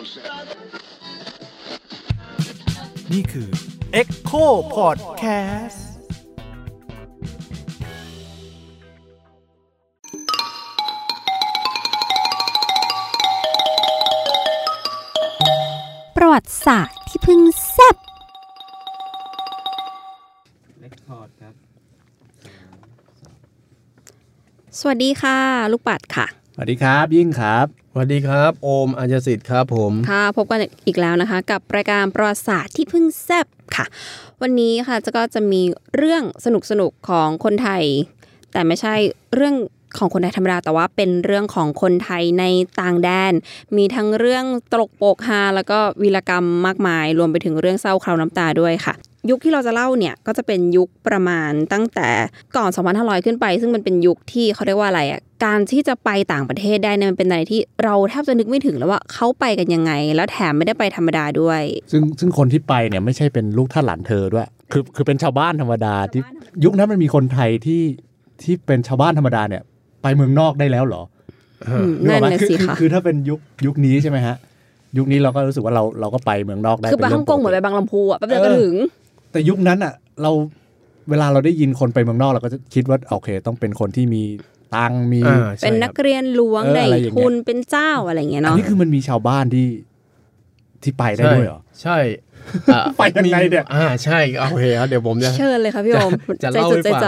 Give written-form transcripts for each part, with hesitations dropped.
นี่คือ Echo Podcast ประวัติศาสตร์ที่เพิ่งแซ่บสวัสดีค่ะลูกปัดค่ะสวัสดีครับยิ่งครับสวัสดีครับโอมอัญญสิทธิ์ครับผมค่ะพบกันอีกแล้วนะคะกับรายการประวัติศาสตร์ที่เพิ่งแซ่บค่ะวันนี้ค่ะก็จะมีเรื่องสนุกของคนไทยแต่ไม่ใช่เรื่องของคนไทยธรรมดาแต่ว่าเป็นเรื่องของคนไทยในต่างแดนมีทั้งเรื่องตลกโปกฮาแล้วก็วีรกรรมมากมายรวมไปถึงเรื่องเศร้าเคราน้ำตาด้วยค่ะยุคที่เราจะเล่าเนี่ยก็จะเป็นยุคประมาณตั้งแต่ก่อน 2,500 ขึ้นไปซึ่งมันเป็นยุคที่เขาเรียกว่าอะไรอ่ะการที่จะไปต่างประเทศได้เนี่ยมันเป็นอะไรที่เราแทบจะนึกไม่ถึงแล้วว่าเขาไปกันยังไงแล้วแถมไม่ได้ไปธรรมดาด้วยซึ่งคนที่ไปเนี่ยไม่ใช่เป็นลูกท่านหลานเธอด้วยคือเป็นชาวบ้านธรรมดาที่ยุคนั้นมันมีคนไทยที่เป็นชาวบ้านธรรมดาเนี่ยไปเมืองนอกได้แล้วเหรอนั่นแหละสิค่ะคือถ้าเป็นยุคนี้ใช่ไหมฮะยุคนี้เราก็รู้สึกว่าเราก็ไปเมืองนอกได้คือไปฮ่องกงเหมือนไปบางลำพูอ่ะแป๊บเดียวก็ถึงแต่ยุคนั้นอ่ะเวลาเราได้ยินคนไปเมืองนอกเราก็จะคิดว่าโอเคต้องเป็นคนที่มีตังมีเป็นนักเรียนหลวงได้ทุนเป็นเจ้าอะไรอย่างเงี้ยเนาะอันนี้คือมันมีชาวบ้านที่ไปได้ด้วยเหรอใช่ไปยังไงเนี่ยใช่โอเคครับเดี๋ยวผมเชิญเลยค่ะพี่โอมจะเล่าให้ฟัง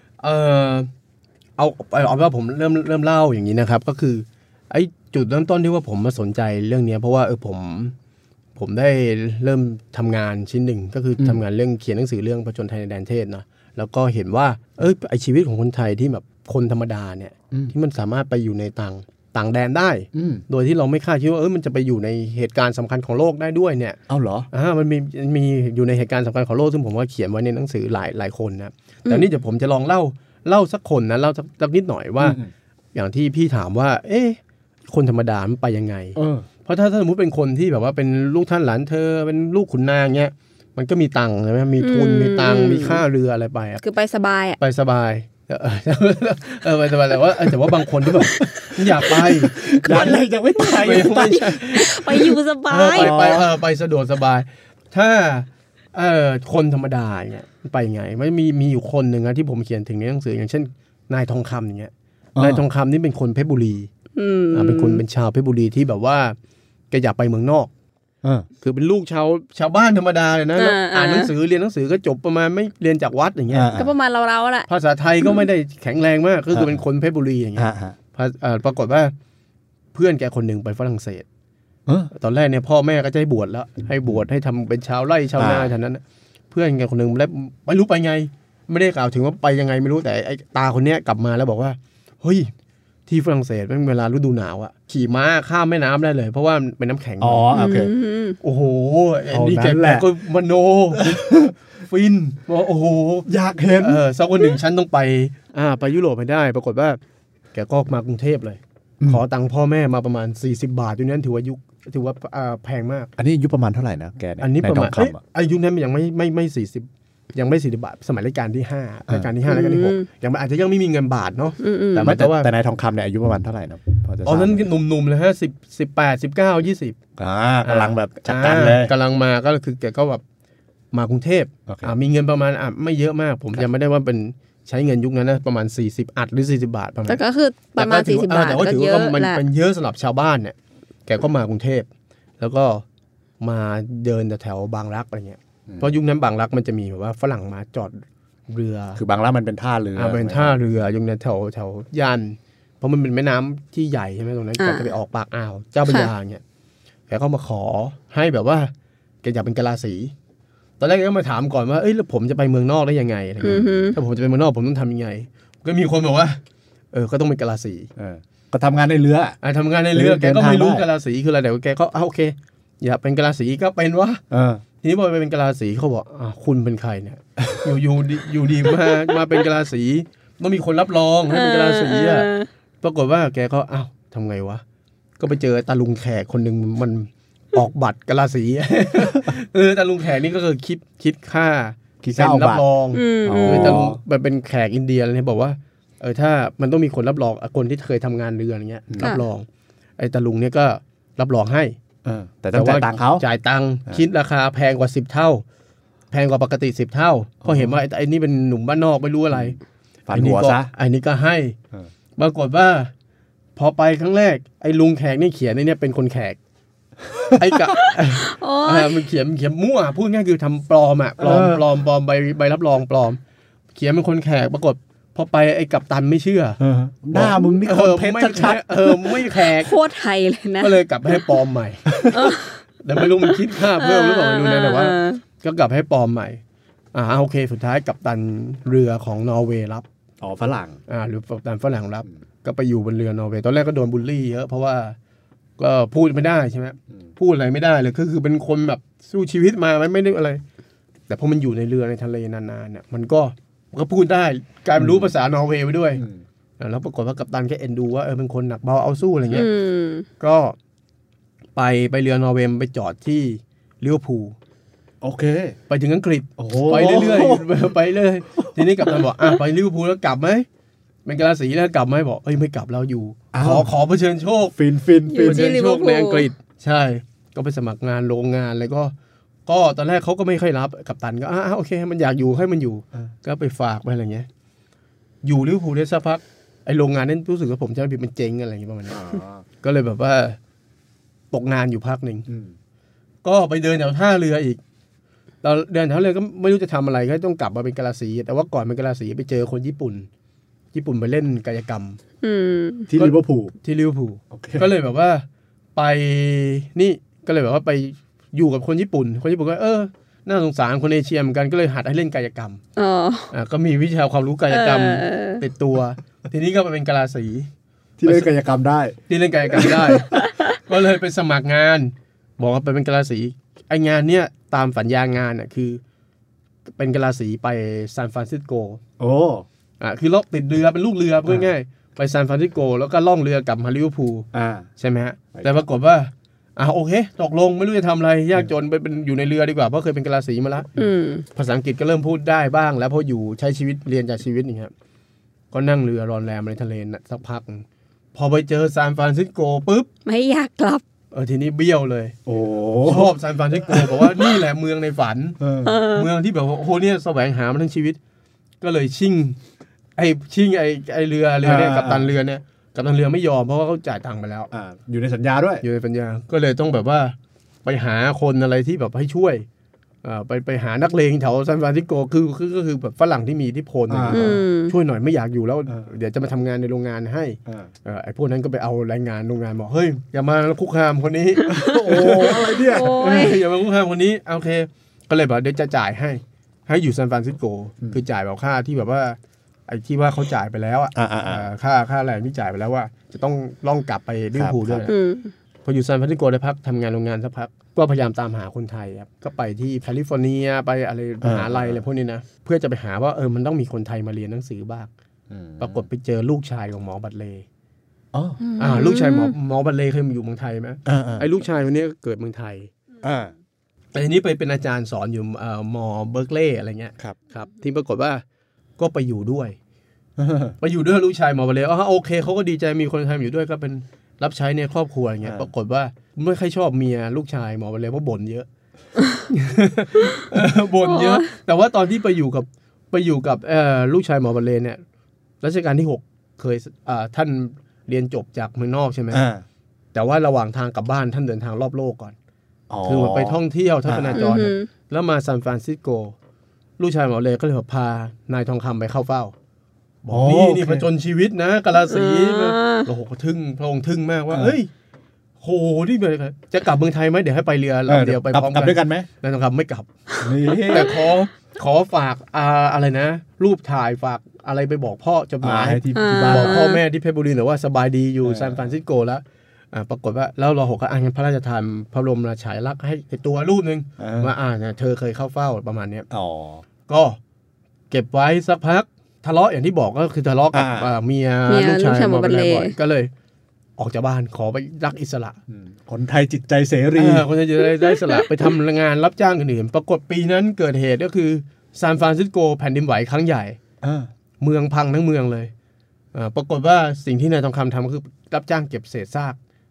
เอาว่าผมเริ่มเล่าอย่างนี้นะครับก็คือไอ้จุดเริ่มต้นที่ว่าผมมาสนใจเรื่องนี้เพราะว่าผมได้เริ่มทำงานชิ้นหนึ่งก็คือทำงานเรื่องเขียนหนังสือเรื่องผจญภัยในแดนเทศนะแล้วก็เห็นว่าไอชีวิตของคนไทยที่แบบคนธรรมดาเนี่ยที่มันสามารถไปอยู่ในต่างแดนได้โดยที่เราไม่คาดคิดว่ามันจะไปอยู่ในเหตุการณ์สำคัญของโลกได้ด้วยเนี่ยเอาเหรอมันมีอยู่ในเหตุการณ์สำคัญของโลกซึ่งผมว่าเขียนไว้ในหนังสือหลายคนนะแต่นี่เดี๋ยวผมจะลองเล่าสักคนนะเล่าสักนิดหน่อยว่าอย่างที่พี่ถามว่าคนธรรมดามันไปยังไงเพราะถ้าสมมติเป็นคนที่แบบว่าเป็นลูกท่านหลานเธอเป็นลูกขุนนางเงี้ยมันก็มีตังค์ใช่ไหมมีทุนมีตังค์มีค่าเรืออะไรไปคือไปสบายไปสบายไปสบายแต่ว่าบางคนที่แบบอยากไปอะไรจะไม่ไปไปอยู่สบายไปสะดวกสบายถ้าคนธรรมดาเงี้ยไปไงไม่มีอยู่คนหนึ่งนะที่ผมเขียนถึงในหนังสืออย่างเช่นนายทองคำอย่างเงี้ยนายทองคำนี่เป็นคนเพชรบุรีเป็นชาวเพชรบุรีที่แบบว่าแกอยากไปเมืองนอกคือเป็นลูกชาวบ้านธรรมดาเลยนะอ่านหนังสือเรียนหนังสือก็จบประมาณไม่เรียนจากวัดอย่างเงี้ยก็ประมาณเราแหละภาษาไทยก็ไม่ได้แข็งแรงมากก็คือเป็นคนเพชรบุรีอย่างเงี้ยปรากฏว่าเพื่อนแกคนหนึ่งไปฝรั่งเศสตอนแรกเนี่ยพ่อแม่ก็จะให้บวชแล้วให้บวชให้ทำเป็นชาวไร่ชาวนาเท่านั้นเพื่อนแกคนหนึ่งแล้วไม่รู้ไปไงไม่ได้กล่าวถึงว่าไปยังไงไม่รู้แต่ไอ้ตาคนเนี้ยกลับมาแล้วบอกว่าเฮ้ยที่ฝรั่งเศสเป็นเวลาฤดูหนาวอะขี่ม้าข้ามแม่น้ำได้เลยเพราะว่าเป็นน้ำแข็งโอเคโอ้โหนี่แกก็มโนฟินบอกโอ้โหอยากเห็นสักวันหนึ่งฉันต้องไปยุโรปให้ได้ปรากฏว่าแกก็มากรุงเทพเลยขอตังค์พ่อแม่มาประมาณ40 บาทอยู่นั้นถือว่าแพงมากอันนี้อายุประมาณเท่าไหร่นะแกเนี่ยอันนี้ประมาณอายุนั้นยังไม่40ยังไม่40 บาทสมัยรัชกาลที่5รัชกาลที่5รัชกาลที่6ยังอาจจะยังไม่มีเงินบาทเนาะแต่นายทองคำเนี่ยอายุประมาณเท่าไหร่นะตอนนั้นหนุ่มๆเลยฮะ18 19 20 กำลังแบบจัดการเลยกำลังมาก็คือแกก็แบบมากรุงเทพมีเงินประมาณไม่เยอะมากผมจำไม่ได้ว่าเป็นใช้เงินยุคนั้นนะประมาณ40อัดหรือ40 บาทประมาณแต่ก็คือประมาณ40 บาทแต่ว่าถือว่ามันเป็นเยอะสำหรับชาวบ้านเนี่ยแกก็มากรุงเทพแล้วก็มาเดินแถวบางรักอะไรเงี้ยเพราะยุคนั้นบางรักมันจะมีแบบว่าฝรั่งมาจอดเรือคือบางรักมันเป็นท่าเรือเป็นท่าเรือยุคนั้นแถวย่านเพราะมันเป็นแม่น้ำที่ใหญ่ใช่ไหมตรงนั้นแกจะไปออกปากอ่าวเจ้าพระยาเนี่ยแกก็มาขอให้แบบว่าแกอยากเป็นกะลาสีตอนแรกก็มาถามก่อนว่าแล้วผมจะไปเมืองนอกได้ยังไงอะไรเงี้ยถ้าผมจะไปเมืองนอกผมต้องทำยังไงก็มีคนบอกว่าก็ต้องเป็นกะลาสีก็ทำงานในเรือทำงานในเรือแกก็ไม่รู้กะลาสีคืออะไรแต่แกก็โอเคอยากเป็นกะลาสีก็เป็นวะทีนี้พอไปเป็นกะลาสีเขาบอกคุณเป็นใครเนี่ยอยู่ดีมาเป็นกะลาสีต้องมีคนรับรองให้เป็นกะลาสีปรากฏว่าแกก็ทำไงวะก็ไปเจอตาลุงแขกคนหนึ่งมันออกบัตรกะลาสีตาลุงแขกนี่ก็คือคิดค่ารับรองตาลุงมันเป็นแขกอินเดียเลยบอกว่าถ้ามันต้องมีคนรับรองคนที่เคยทำงานเรืออะไรเงี้ยรับรองไอ้ตาลุงเนี่ยก็รับรองให้แต่ต้องจ่ายตังค์เขาจ่ายตังค์คิดราคาแพงกว่า10 เท่าแพงกว่าปกติ10 เท่าเพราะเห็นว่าไอ้นี่เป็นหนุ่มบ้านนอกไม่รู้อะไรฝันหัวซะไอ้นี่ก็ให้ปรากฏว่าพอไปครั้งแรกไอ้ลุงแขกนี่เขียนเนี่ยเป็นคนแขกไอ้กะมันเขียนมั่วพูดง่ายคือทำปลอมปลอมใบรับรองปลอมเขียนเป็นคนแขกปรากฏพอไปไอ้กัปตันไม่เชื่อหน้ามึงนี่คนเพชรชัดไม่แขกโคตรไทยเลยนะก็เลยกลับให้ปลอมใหม่แต่ไม่รู้มันคิดค่าเพิ่มหรือเปล่าไม่รู้นะแต่ว่าก็กลับให้ปลอมใหม่โอเคสุดท้ายกัปตันเรือของนอร์เวย์รับฝรั่งหรือกัปตันฝรั่งรับก็ไปอยู่บนเรือนอร์เวย์ตอนแรกก็โดนบูลลี่เยอะเพราะว่าก็พูดไม่ได้ใช่ไหมพูดอะไรไม่ได้เลยก็คือเป็นคนแบบสู้ชีวิตมาไม่ได้อะไรแต่พอมันอยู่ในเรือในทะเลนานๆเนี่ยมันก็พูดได้กลายเป็นรู้ภาษานอร์เวย์ไปด้วยแล้วปรากฏว่ากัปตันแค่เอ็นดูว่าเป็นคนหนักเบาเอาสู้อะไรเงี้ยก็ไปเรือนอร์เวย์ไปจอดที่ลิเวอร์พูลโอเคไปถึงอังกฤษไปเรื่อยๆไปเลยทีนี้กัปตันบอกไปลิเวอร์พูลแล้วกลับไหมเป็นกีฬาสีแล้วกลับไหมบอกไม่กลับเราอยู่ขอเผชิญโชคฟินเผชิญโชคในอังกฤษใช่ก็ไปสมัครงานโรงงานแล้วก็ตอนแรกเขาก็ไม่ค่อยรับกัปตันก็โอเคมันอยากอยู่ให้มันอยู่ก็ไปฝากไปอะไรเงี้ยอยู่ลิเวอร์พูลได้สักพักไอ้โรงงานนั้นรู้สึกว่าผมจำไม่ผิดมันเจ๊งอะไรอย่างเงี้ยประมาณนี้ก็เลยแบบว่าตกงานอยู่พักนึงก็ไปเดินแถวท่าเรืออีกเราเดินแถวเรือก็ไม่รู้จะทำอะไรก็ต้องกลับมาเป็นกีฬาสีแต่ว่าก่อนเป็นกีฬาสีไปเจอคนญี่ปุ่นไปเล่นกายกรรมที่ลิเวอร์พูลก็เลยแบบว่าไปนี่ก็เลยแบบว่าไปอยู่กับคนญี่ปุ่นก็น่าสงสารคนเอเชียเหมือนกันก็เลยหัดให้เล่นกายกรรมก็มีวิชาความรู้กายกรรมติดตัวทีนี้ก็ไปเป็นกีฬาสีที่เล่นกายกรรมได้ก็เลยไปสมัครงานบอกว่าไปเป็นกีฬาสีไองานเนี้ยตามสัญญางานคือเป็นกีฬาสีไปซานฟรานซิสโกคือล่องติดเรือเป็นลูกเรือเพื่อง่ายไปซานฟรานซิสโกแล้วก็ล่องเรือกลับมาลิเวอร์พูลใช่ไหมฮะแต่ปรากฏว่าโอเคตกลงไม่รู้จะทำอะไรยากจนไปเป็นอยู่ในเรือดีกว่าเพราะเคยเป็นกีฬาสีมาแล้วภาษาอังกฤษก็เริ่มพูดได้บ้างแล้วพออยู่ใช้ชีวิตเรียนจากชีวิตนี่ครับก็นั่งเรือรอนแรมในทะเลสักพักพอไปเจอซานฟรานซิสโกปุ๊บไม่อยากกลับทีนี้เบี้ยวเลยชอบซานฟรานซิสโกบอกว่านี่แหละเมืองในฝันเมืองที่แบบว่าโอ้โหเนี่ยแสวงหามาทั้งชีวิตก็เลยชิ่งไอ้เรือเนี่ยกัปตันเรือเนี่ยกัปตันเรือไม่ยอมเพราะว่าเขาจ่ายตังค์ไปแล้วอยู่ในสัญญาด้วยอยู่ในสัญญาก็เลยต้องแบบว่าไปหาคนอะไรที่แบบให้ช่วยไปหานักเลงแถวซานฟรานซิสโกก็คือแบบฝรั่งที่มีอิทธิพลช่วยหน่อยไม่อยากอยู่แล้วเดี๋ยวจะมาทำงานในโรงงานให้ไอ้พวกนั้นก็ไปเอาแรงงานโรงงานบอกเฮ้ยอย่ามาคุกคามคนนี้โอ้อะไรเนี่ยอย่ามาคุกคามคนนี้โอเคก็เลยบอกเดี๋ยวจะจ่ายให้อยู่ซานฟรานซิสโกคือจ่ายแบบค่าที่แบบว่าไอ้ที่ว่าเขาจ่ายไปแล้วค่าแรงที่จ่ายไปแล้วว่าจะต้องล่องกลับไปลิเวอร์พูลด้วยพออยู่ซานฟรานซิสโกได้พักทำงานโรงงานสักพักก็พยายามตามหาคนไทยครับก็ไปที่แคลิฟอร์เนียไปอะไรมหาลัยอะไรพวกนี้นะเพื่อจะไปหาว่ามันต้องมีคนไทยมาเรียนหนังสือบ้างปรากฏไปเจอลูกชายของหมอบัตเลย์ลูกชายหมอบัตเลย์เคยมาอยู่เมืองไทยไหมไอ้ลูกชายคนนี้เกิดเมืองไทยแต่ทีนี้ไปเป็นอาจารย์สอนอยู่มอเบิร์กลีย์อะไรเงี้ยครับที่ปรากฏว่าก็ไปอยู่ด้วยลูกชายหมอบัตเลย์โอเคเขาก็ดีใจมีคนไทยอยู่ด้วยก็เป็นรับใช้ในครอบครัวอย่างเงี้ยปรากฏว่าไม่ค่อยชอบเมียลูกชายหมอบัตเลย์เพราะบ่นเยอะ บ่นเยอะแต่ว่าตอนที่ไปอยู่กับลูกชายหมอบัตเลย์เนี่ยรัชกาลที่6เคยท่านเรียนจบจากเมืองนอกใช่ไหมแต่ว่าระหว่างทางกลับบ้านท่านเดินทางรอบโลกก่อนคือไปท่องเที่ยวทัศนจรแล้วมาซานฟรานซิสโกลูกชายหมอบัตเลย์ก็เลยพานายทองคำไปเข้าเฝ้าบอกนี่ผจญชีวิตนะกาลสีโอ้โหพระองค์ทึ่งมากว่าเฮ้ยโหนี่แบบจะกลับเมืองไทยไหมเดี๋ยวให้ไปเรือลำเดียวไปพร้อมกันกลับด้วยกันไหมนายทองคำไม่กลับแต่ขอฝากอะไรนะรูปถ่ายฝากอะไรไปบอกพ่อจดหมายบอกพ่อแม่ที่เพชรบุรีหรือว่าสบายดีอยู่ซานฟรานซิสโกแล้วปรากฏว่าแล้วรอ6ก็อ่านพระราชทานพระบรมราชาลักษณ์ให้ตัวรูปนึงว่าเธอเคยเข้าเฝ้าประมาณนี้ก็เก็บไว้สักพักทะเลาะอย่างที่บอกก็คือทะเลาะกับเมียลูกชายหมอบัตเลย์ก็เลยออกจากบ้านขอไปรักอิสระคนไทยจิตใจเสรีคนไทยจะได้อิสระไปทำงานรับจ้างอื่นๆปรากฏปีนั้นเกิดเหตุก็คือซานฟรานซิสโกแผ่นดินไหวครั้งใหญ่เมืองพังทั้งเมืองเลยปรากฏว่าสิ่งที่นายทองคำทำคือรับจ้างเก็บเศษซาก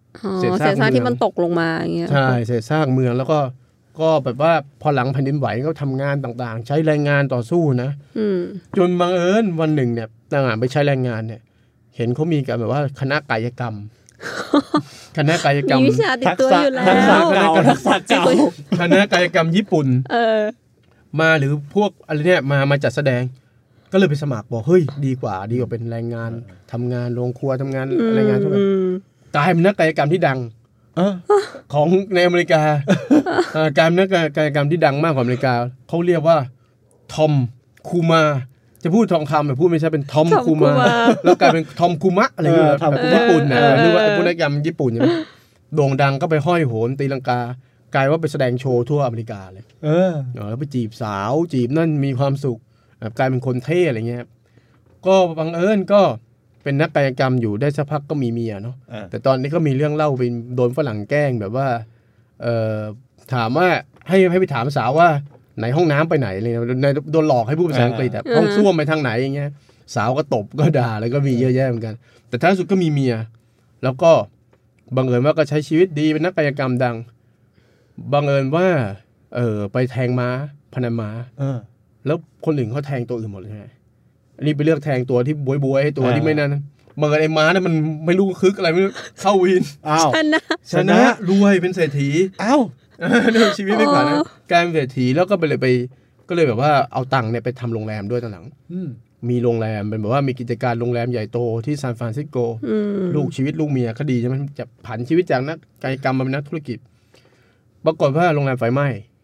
เศษซากที่มันตกลงมาอย่างเงี้ยใช่เศษซากเมืองแล้วก็แบบว่าพอหลังแผ่นดินไหวก็ทำงานต่างๆใช้แรงงานต่อสู้นะจนบังเอิญวันหนึ่งเนี่ยทหารไปใช้แรงงานเนี่ยเห็นเขามีกันแบบว่าคณะกายกรรมคณะกายกรรมมีวิชาติดตัวอยู่แล้วทักษะเก่าคณะกายกรรมญี่ปุ่นมาหรือพวกอะไรเนี่ยมาจัดแสดงก็เลยไปสมัครบอกเฮ้ยดีกว่าเป็นแรงงานทำงานโรงครัวทำงานแรงงานทั่วไปกลายเป็นนักกายกรรมที่ดังของในอเมริกากลายเป็นนักกายกรรมที่ดังมากของอเมริกาเขาเรียกว่าทอมคูมาจะพูดทองคำแต่พูดไม่ใช่เป็นทอมคูมาแล้วกลายเป็นทอมคูมะอะไรอย่างเงี้ยแบบญี่ปุ่นนะนึกว่าพวกนักกายกรรมญี่ปุ่นใช่ไหมโด่งดังก็ไปห้อยโหนตีลังกากลายว่าไปแสดงโชว์ทั่วอเมริกาเลยแล้วไปจีบสาวจีบนั่นมีความสุขกลายเป็นคนเท่อะไรเงี้ยก็บังเอิญก็เป็นนักกายกรรมอยู่ได้สักพักก็มีเมียเนาะแต่ตอนนี้ก็มีเรื่องเล่าเป็นโดนฝรั่งแกล้งแบบว่าถามว่าให้ไปถามสาวว่าไหนห้องน้ำไปไหนเลยโดนหลอกให้พูดภาษาอังกฤษแบบห้องส้วมไปทางไหนอย่างเงี้ยสาวก็ตบก็ด่าแล้วก็มีเยอะแยะเหมือนกันแต่ท้ายสุดก็มีเมียแล้วก็บังเอิญว่าก็ใช้ชีวิตดีเป็นนักกายกรรมดังบังเอิญว่าไปแทงม้าพนันม้าแล้วคนอื่นเขาแทงตัวอื่นหมดเลยไงอันนี้ไปเลือกแทงตัวที่บวยๆให้ตัวที่ไม่นั่นบังเอิญไอ้ม้าเนี่ยมันไม่รู้คึกอะไรไม่รู้เข้าวินชนะรวยเป็นเศรษฐีชีวิตไม่ผ่านนะกลายเป็นเศรษฐีแล้วก็เลยแบบว่าเอาตังค์เนี่ยไปทำโรงแรมด้วยตอนหลังมีโรงแรมเป็นแบบว่ามีกิจการโรงแรมใหญ่โตที่ซานฟรานซิสโกลูกเมียก็ดีใช่ไหมจะผันชีวิตจากนักกายกรรมมาเป็นนักธุรกิจปรากฏว่าโรงแรมไฟไหม้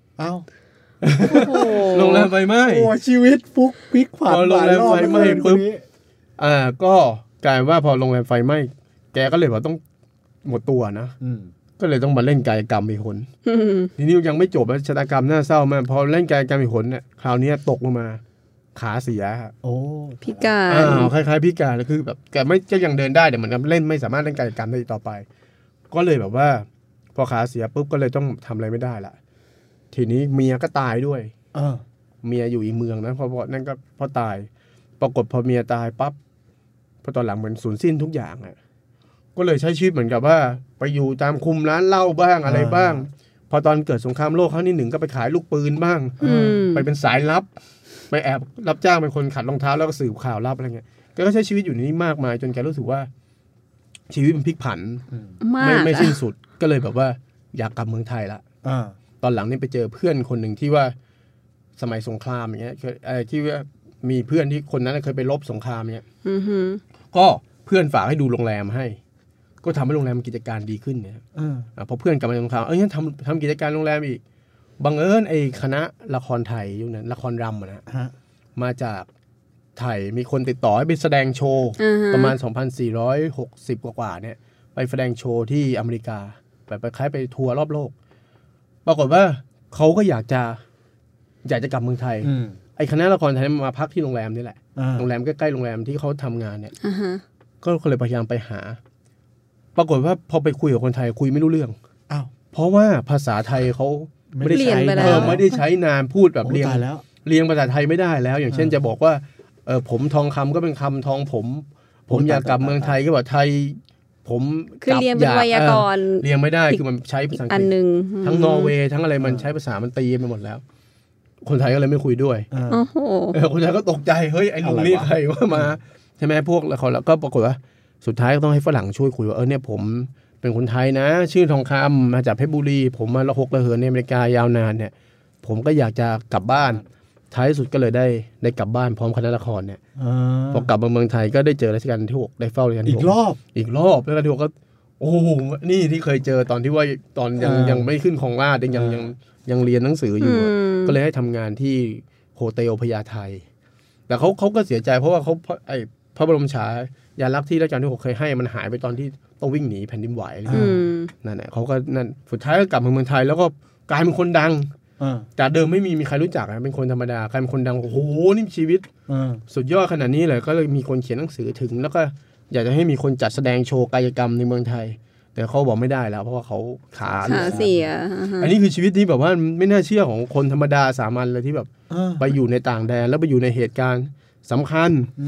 โรงแรมไฟไหม้โอ้ชีวิตฟุกพลิกผันโรงแรมไฟไหม้ปุ๊บก็กลายว่าพอโรงแรมไฟไหม้แกก็เลยว่าต้องหมดตัวนะก็เลยต้องมาเล่นกายกรรมอีกคนทีนี้ยังไม่จบชะตากรรมน่าเศร้ามากพอเล่นกายกรรมอีกคนเนี่ยคราวนี้ตกลงมาขาเสียโอ้พิการคล้ายๆพิการคือแบบแกไม่ก็ยังเดินได้แต่เหมือนกับเล่นไม่สามารถเล่นกายกรรมได้ต่อไปก็เลยแบบว่าพอขาเสียปุ๊บก็เลยต้องทำอะไรไม่ได้ละทีนี้เมียก็ตายด้วยเมียอยู่อีกเมืองนะพอนั่นก็พอตายปรากฏพอเมียตายปั๊บพอตอนหลังเหมือนสูญสิ้นทุกอย่างอ่ะก็เลยใช้ชีวิตเหมือนกับว่าไปอยู่ตามคุมร้านเหล้าบ้างอะไรบ้างพอตอนเกิดสงครามโลกครั้งที่1ก็ไปขายลูกปืนบ้างไปเป็นสายลับไปแอบรับจ้างเป็นคนขัดรองเท้าแล้วก็สืบข่าวลับอะไรเงี้ยแกก็ใช้ชีวิตอยู่ในนี้มากมายจนแกรู้สึกว่าชีวิตมันพลิกผันไม่สิ้นสุดก็เลยแบบว่าอยากกลับเมืองไทยละตอนหลังนี่ไปเจอเพื่อนคนหนึ่งที่ว่าสมัยสงครามอย่างเงี้ยที่ว่ามีเพื่อนที่คนนั้นเคยไปรบสงครามเงี้ยก็เพื่อนฝากให้ดูโรงแรมให้ก็ทำให้โรงแรมกิจการดีขึ้นเนี่ยพอเพื่อนกลับมาจากสงครามงั้นทำกิจการโรงแรมอีกบังเอิญไอ้คณะละครไทยยุคนั้นละครรำนะมาจากไทยมีคนติดต่อให้ไปแสดงโชว์ประมาณ 2,460 กว่าเนี่ยไปแสดงโชว์ที่อเมริกาแบบไปคล้ายไปทัวร์รอบโลกปรากฏว่าเขาก็อยากจะกลับเมืองไทยไอ้คณะละครไทยมาพักที่โรงแรมนี่แหละโรงแรมใกล้ๆโรงแรมที่เขาทำงานเนี่ยก็เลยพยายามไปหาปรากฏว่าพอไปคุยกับคนไทยคุยไม่รู้เรื่องเพราะว่าภาษาไทยเขาไม่ได้ใช้ไม่ได้ใช้นานพูดแบบเรียงภาษาไทยไม่ได้แล้วอย่างเช่นจะบอกว่าผมทองคำก็เป็นคำทองผมอยากกลับเมืองไทยก็บอกไทยผมคือเรียนเป็นไวยากรณ์เรียงไม่ได้คือมันใช้ภาษาอังกฤษทั้งนอร์เวย์ทั้งอะไรมันใช้ภาษามันตีไปหมดแล้วคนไทยก็เลยไม่คุยด้วยคนไทยก็ตกใจเฮ้ยไอ้ลุงนี่ใครว่ามาใช่ไหมพวกละครแล้วก็ปรากฏว่าสุดท้ายก็ต้องให้ฝรั่งช่วยคุยว่าเนี่ยผมเป็นคนไทยนะชื่อทองคำมาจากเพชรบุรีผมมาระหกระเหินในอเมริกายาวนานเนี่ยผมก็อยากจะกลับบ้านท้ายสุดก็เลยได้กลับบ้านพร้อมคณะละครเนี่ยพอกลับมาเมืองไทยก็ได้เจอรัชกาลที่ 6ได้เฝ้ารัชกาลที่ 6อีกรอบแล้วรัชกาลที่ 6ก็โอ้นี่ที่เคยเจอตอนที่ว่าตอนยังไม่ขึ้นของราชยังเรียนหนังสืออยู่ก็เลยให้ทำงานที่โฮเทลพญาไทแต่เขาก็เสียใจเพราะว่าเขาไอ้พระบรมฉายาลักษณ์ที่รัชกาลที่ 6เคยให้มันหายไปตอนที่ต้องวิ่งหนีแผ่นดินไหวนั่นแหละเขาก็นั่นสุดท้ายก็กลับมาเมืองไทยแล้วก็กลายเป็นคนดังจากเดิมไม่มีใครรู้จักนะเป็นคนธรรมดากลายเป็นคนดังโอ้โหนี่ชีวิตสุดยอดขนาดนี้เลยก็เลยมีคนเขียนหนังสือถึงแล้วก็อยากจะให้มีคนจัดแสดงโชว์กายกรรมในเมืองไทยแต่เขาบอกไม่ได้แล้วเพราะว่าเขาขาเสียอันนี้คือชีวิตที่แบบว่าไม่น่าเชื่อของคนธรรมดาสามัญเลยที่แบบไปอยู่ในต่างแดนแล้วไปอยู่ในเหตุการณ์สำคัญ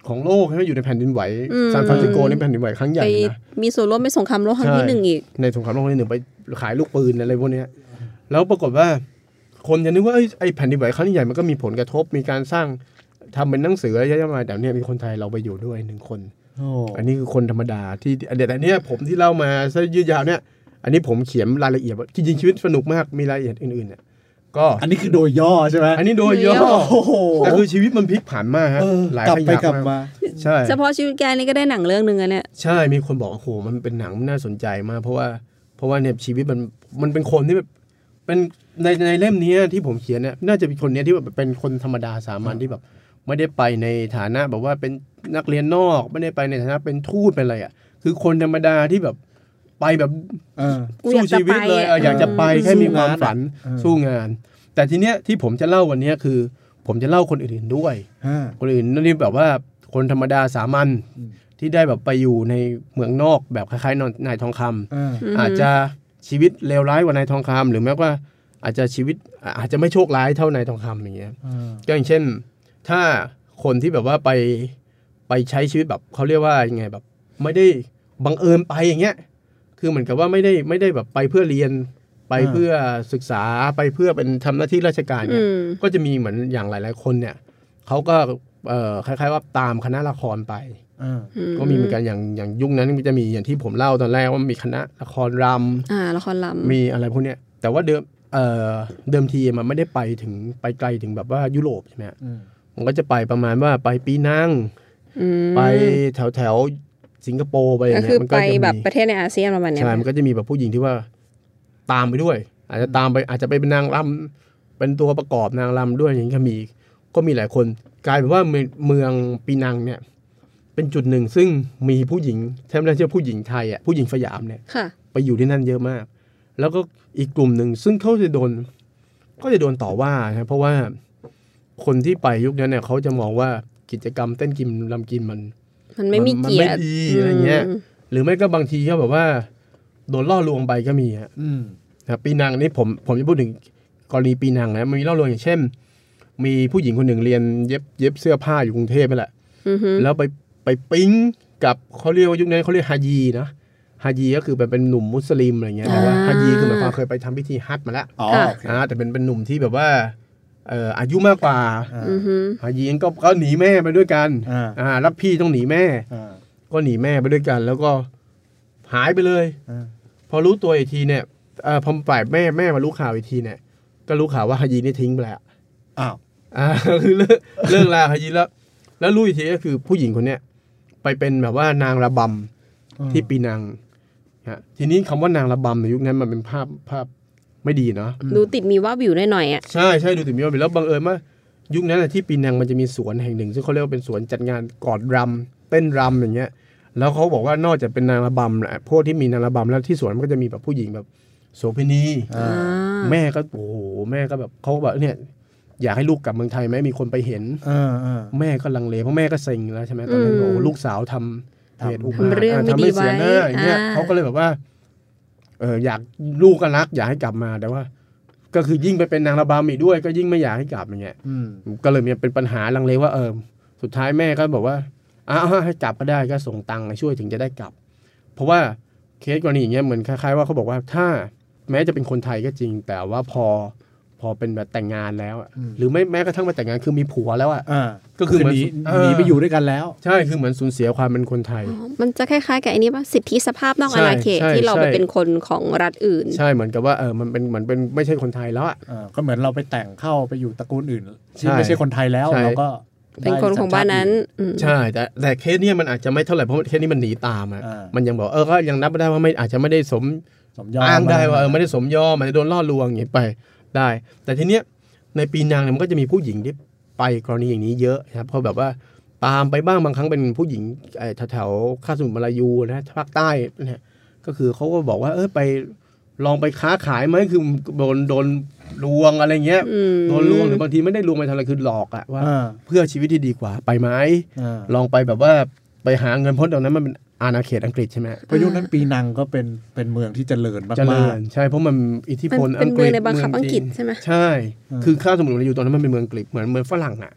ของโลกให้อยู่ในแผ่นดินไหวซานฟรานซิสโกในแผ่นดินไหวครั้งใหญ่นะมีส่วนร่วมในสงครามโลกครั้งที่1อีกในสงครามโลกครั้งที่1ไปขายลูกปืนอะไรพวกนี้แล้วปรากฏว่าคนจะนึกว่าไอ้แผ่นดินไหวครั้งใหญ่มันก็มีผลกระทบมีการสร้างทำเป็นหนังสืออะไรเยอะแยะมากแต่เนี่ยมีคนไทยเราไปอยู่ด้วย1คนอันนี้คือคนธรรมดาที่แต่เนี่ยผมที่เล่ามาซะยืดยาวเนี่ยอันนี้ผมเขียนรายละเอียดจริงๆชีวิตสนุกมากมีรายละเอียดอื่นๆเนี่ยก็อันนี้คือโดยย่อใช่ไหมอันนี้โดยย่อแต่คือชีวิตมันพลิกผันมากฮะหลายขยักมาใช่เฉพาะชีวิตแกนี่ก็ได้หนังเรื่องนึงอ่ะเนี่ยใช่มีคนบอกโอ้โหมันเป็นหนังน่าสนใจมากเพราะว่าเนี่ยชีวิตมันเป็นคนที่แบบเป็นในเล่มนี้ที่ผมเขียนเนี่ยน่าจะเป็นคนเนี้ยที่แบบเป็นคนธรรมดาสามัญที่แบบไม่ได้ไปในฐานะแบบว่าเป็นนักเรียนนอกไม่ได้ไปในฐานะเป็นทูตเป็นอะไรอ่ะคือคนธรรมดาที่แบบไปแบบสู้ชีวิตเลยอยากจะไปแค่มีความฝันสู้งานแต่ทีเนี้ยที่ผมจะเล่าวันนี้คือผมจะเล่าคนอื่นๆด้วยคนอื่นนี่แบบว่าคนธรรมดาสามัญที่ได้แบบไปอยู่ในเมืองนอกแบบคล้ายๆนายทองคำอาจจะชีวิตเลวร้ายกว่านายทองคำหรือแม้ว่าอาจจะชีวิตอาจจะไม่โชคร้ายเท่านายทองคำอย่างเงี้ยก็อย่างเช่นถ้าคนที่แบบว่าไปใช้ชีวิตแบบเขาเรียกว่ายังไงแบบไม่ได้บังเอิญไปอย่างเงี้ยคือเหมือนกับว่าไม่ได้แบบไปเพื่อเรียนไปเพื่อศึกษาไปเพื่อเป็นทำหน้าที่ราชการเนี่ยก็จะมีเหมือนอย่างหลายๆคนเนี่ยเขาก็คล้ายๆว่าตามคณะละครไปก็มีเหมือนกันอย่างยุคนั้นมันจะมีอย่างที่ผมเล่าตอนแรกว่ามีคณะละครรำละครรำมีอะไรพวกเนี้ยแต่ว่าเดิมทีมันไม่ได้ไปไกลถึงแบบว่ายุโรปใช่ไหมมันก็จะไปประมาณว่าไปปีนังไปแถวสิงคโปร์ไปอย่างเงี้ยมันก็จะมีแบบประเทศในอาเซียนประมาณนี้ใช่มันก็จะมีแบบผู้หญิงที่ว่าตามไปด้วยอาจจะตามไปอาจจะไปเป็นนางรำเป็นตัวประกอบนางรำด้วยอย่างนี้ก็มีหลายคนกลายเป็นว่าเมืองปีนังเนี่ยเป็นจุดหนึ่งซึ่งมีผู้หญิงแทบไม่ใช่ผู้หญิงไทยอ่ะผู้หญิงสยามเนี่ยไปอยู่ที่นั่นเยอะมากแล้วก็อีกกลุ่มหนึ่งซึ่งเขาจะโดนต่อว่านะเพราะว่าคนที่ไปยุคนั้นเนี่ยเขาจะมองว่ากิจกรรมเต้นกิมรำกิมมันไม่มีเกียรติอะไรเงี้ยหรือไม่ก็บางทีก็แบบว่าโดนล่อลวงไปก็มีฮะปีนังนี่ผมจะพูดถึงกรณีปีนังนะมันมีล่อลวงอย่างเช่นมีผู้หญิงคนหนึ่งเรียนเย็บเสื้อผ้าอยู่กรุงเทพไปแหละแล้วไปปิ๊งกับเขาเรียกว่ายุคนั้นเขาเรียกฮายีนะฮายีก็คือเป็นหนุ่มมุสลิมอะไรเงี้ยแต่ว่าฮายีคือหมายความเคยไปทำพิธีฮัจญ์มาแล้วแต่เป็นหนุ่มที่แบบว่าอายุมากกว่าฮายีก็หนีแม่ไปด้วยกันรับพี่ต้องหนีแม่ก็หนีแม่ไปด้วยกันแล้วก็หายไปเลยพอรู้ตัวอีกทีเนี่ยพอฝ่ายแม่มารู้ข่าวอีกทีเนี่ยก็รู้ข่าวว่าฮายีนี่ทิ้งไปแล้วคือเลิกลาฮายีแล้วรู้อีกทีก็คือผู้หญิงคนเนี้ยไปเป็นแบบว่านางระบำที่ปีนังทีนี้คำว่านางระบำในยุคนั้นมันเป็นภาพไม่ดีเนาะดูติดมีว่าวิวหน่อยๆอ่ะใช่ดูติดมีว่าวิวแล้วบังเอิญว่ายุคนั้นที่ปีนังมันจะมีสวนแห่งหนึ่งซึ่งเขาเรียกว่าเป็นสวนจัดงานกอดรำเต้นรำอย่างเงี้ยแล้วเขาบอกว่านอกจากเป็นนางระบำแหละพวกที่มีนางระบำแล้วที่สวนมันก็จะมีแบบผู้หญิงแบบโสเภณีแม่ก็โอ้โหแม่ก็แบบเขาแบบเนี่ยอยากให้ลูกกลับเมืองไทยไหมมีคนไปเห็นแม่ก็ลังเลเพราะแม่ก็เซ็งแล้วใช่ไหมตอนนั้นโอ้ลูกสาวทำเหตุอุกอาจทำให้เสียหน้าอย่างเงี้ยเขาก็เลยแบบว่าอยากลูกก็รักอยากให้กลับมาแต่ว่าก็คือยิ่งไปเป็นนางระบำอีกด้วยก็ยิ่งไม่อยากให้กลับอย่างเงี้ยก็เลยมีเป็นปัญหาลังเลว่าสุดท้ายแม่ก็บอกว่าให้กลับก็ได้ก็ส่งตังค์ช่วยถึงจะได้กลับเพราะว่าเคสกรณีอย่างเงี้ยเหมือนคล้ายๆว่าเขาบอกว่าถ้าแม้จะเป็นคนไทยก็จริงแต่ว่าพอเป็นแบบแต่งงานแล้วหรือไม่แม้กระทั่งมาแต่งงานคือมีผัวแล้วก็คือหนีไปอยู่ด้วยกันแล้วใช่คือเหมือนสูญเสียความเป็นคนไทยมันจะคล้ายๆกับไอ้นี้ป่ะสิทธิสภาพนอกอาณาเขตที่เราไปเป็นคนของรัฐอื่นใช่เหมือนกับว่ามันเป็นเหมือนเป็นไม่ใช่คนไทยแล้วก็เหมือนเราไปแต่งเข้าไปอยู่ตระกูลอื่นที่ไม่ใช่คนไทยแล้วเราก็เป็นคนของบ้านนั้นใช่แต่เคสนี้มันอาจจะไม่เท่าไหร่เพราะเคสนี้มันหนีตามมันยังบอกก็ยังนับได้ว่าไม่อาจจะไม่ได้สมยอมอ้างได้ว่าไม่ได้สมยอมมันจะโดนล่อลวงอย่างนี้ไปได้แต่ทีเนี้ยในปีนังเนี่ยมันก็จะมีผู้หญิงที่ไปกรณีอย่างนี้เยอะครับเพราะแบบว่าตามไปบ้างบางครั้งเป็นผู้หญิงแถวคาบสมุทรมาลายูนะภาคใต้เนี่ยก็คือเขาก็บอกว่าไปลองไปค้าขายไหมคือโดนลวงอะไรเงี้ยโดนลวงหรือบางทีไม่ได้ลวงไปทำอะไรคือหลอกอะว่าเพื่อชีวิตที่ดีกว่าไปไหมลองไปแบบว่าไปหาเงินพ้นตรงนั้นมันเป็นอาณาเขตอังกฤษใช่ไหมเพราะยุคนั้นปีนังก็เป็นเมืองที่เจริญมากๆใช่เพราะมันอิทธิพลอังกฤษเป็นเมืองในบังคับอังกฤษใช่ไหมใช่คือข้าสมุทรมาลายูตอนนั้นมันเป็นเมืองอังกฤษเหมือนฝรั่งอ่ะ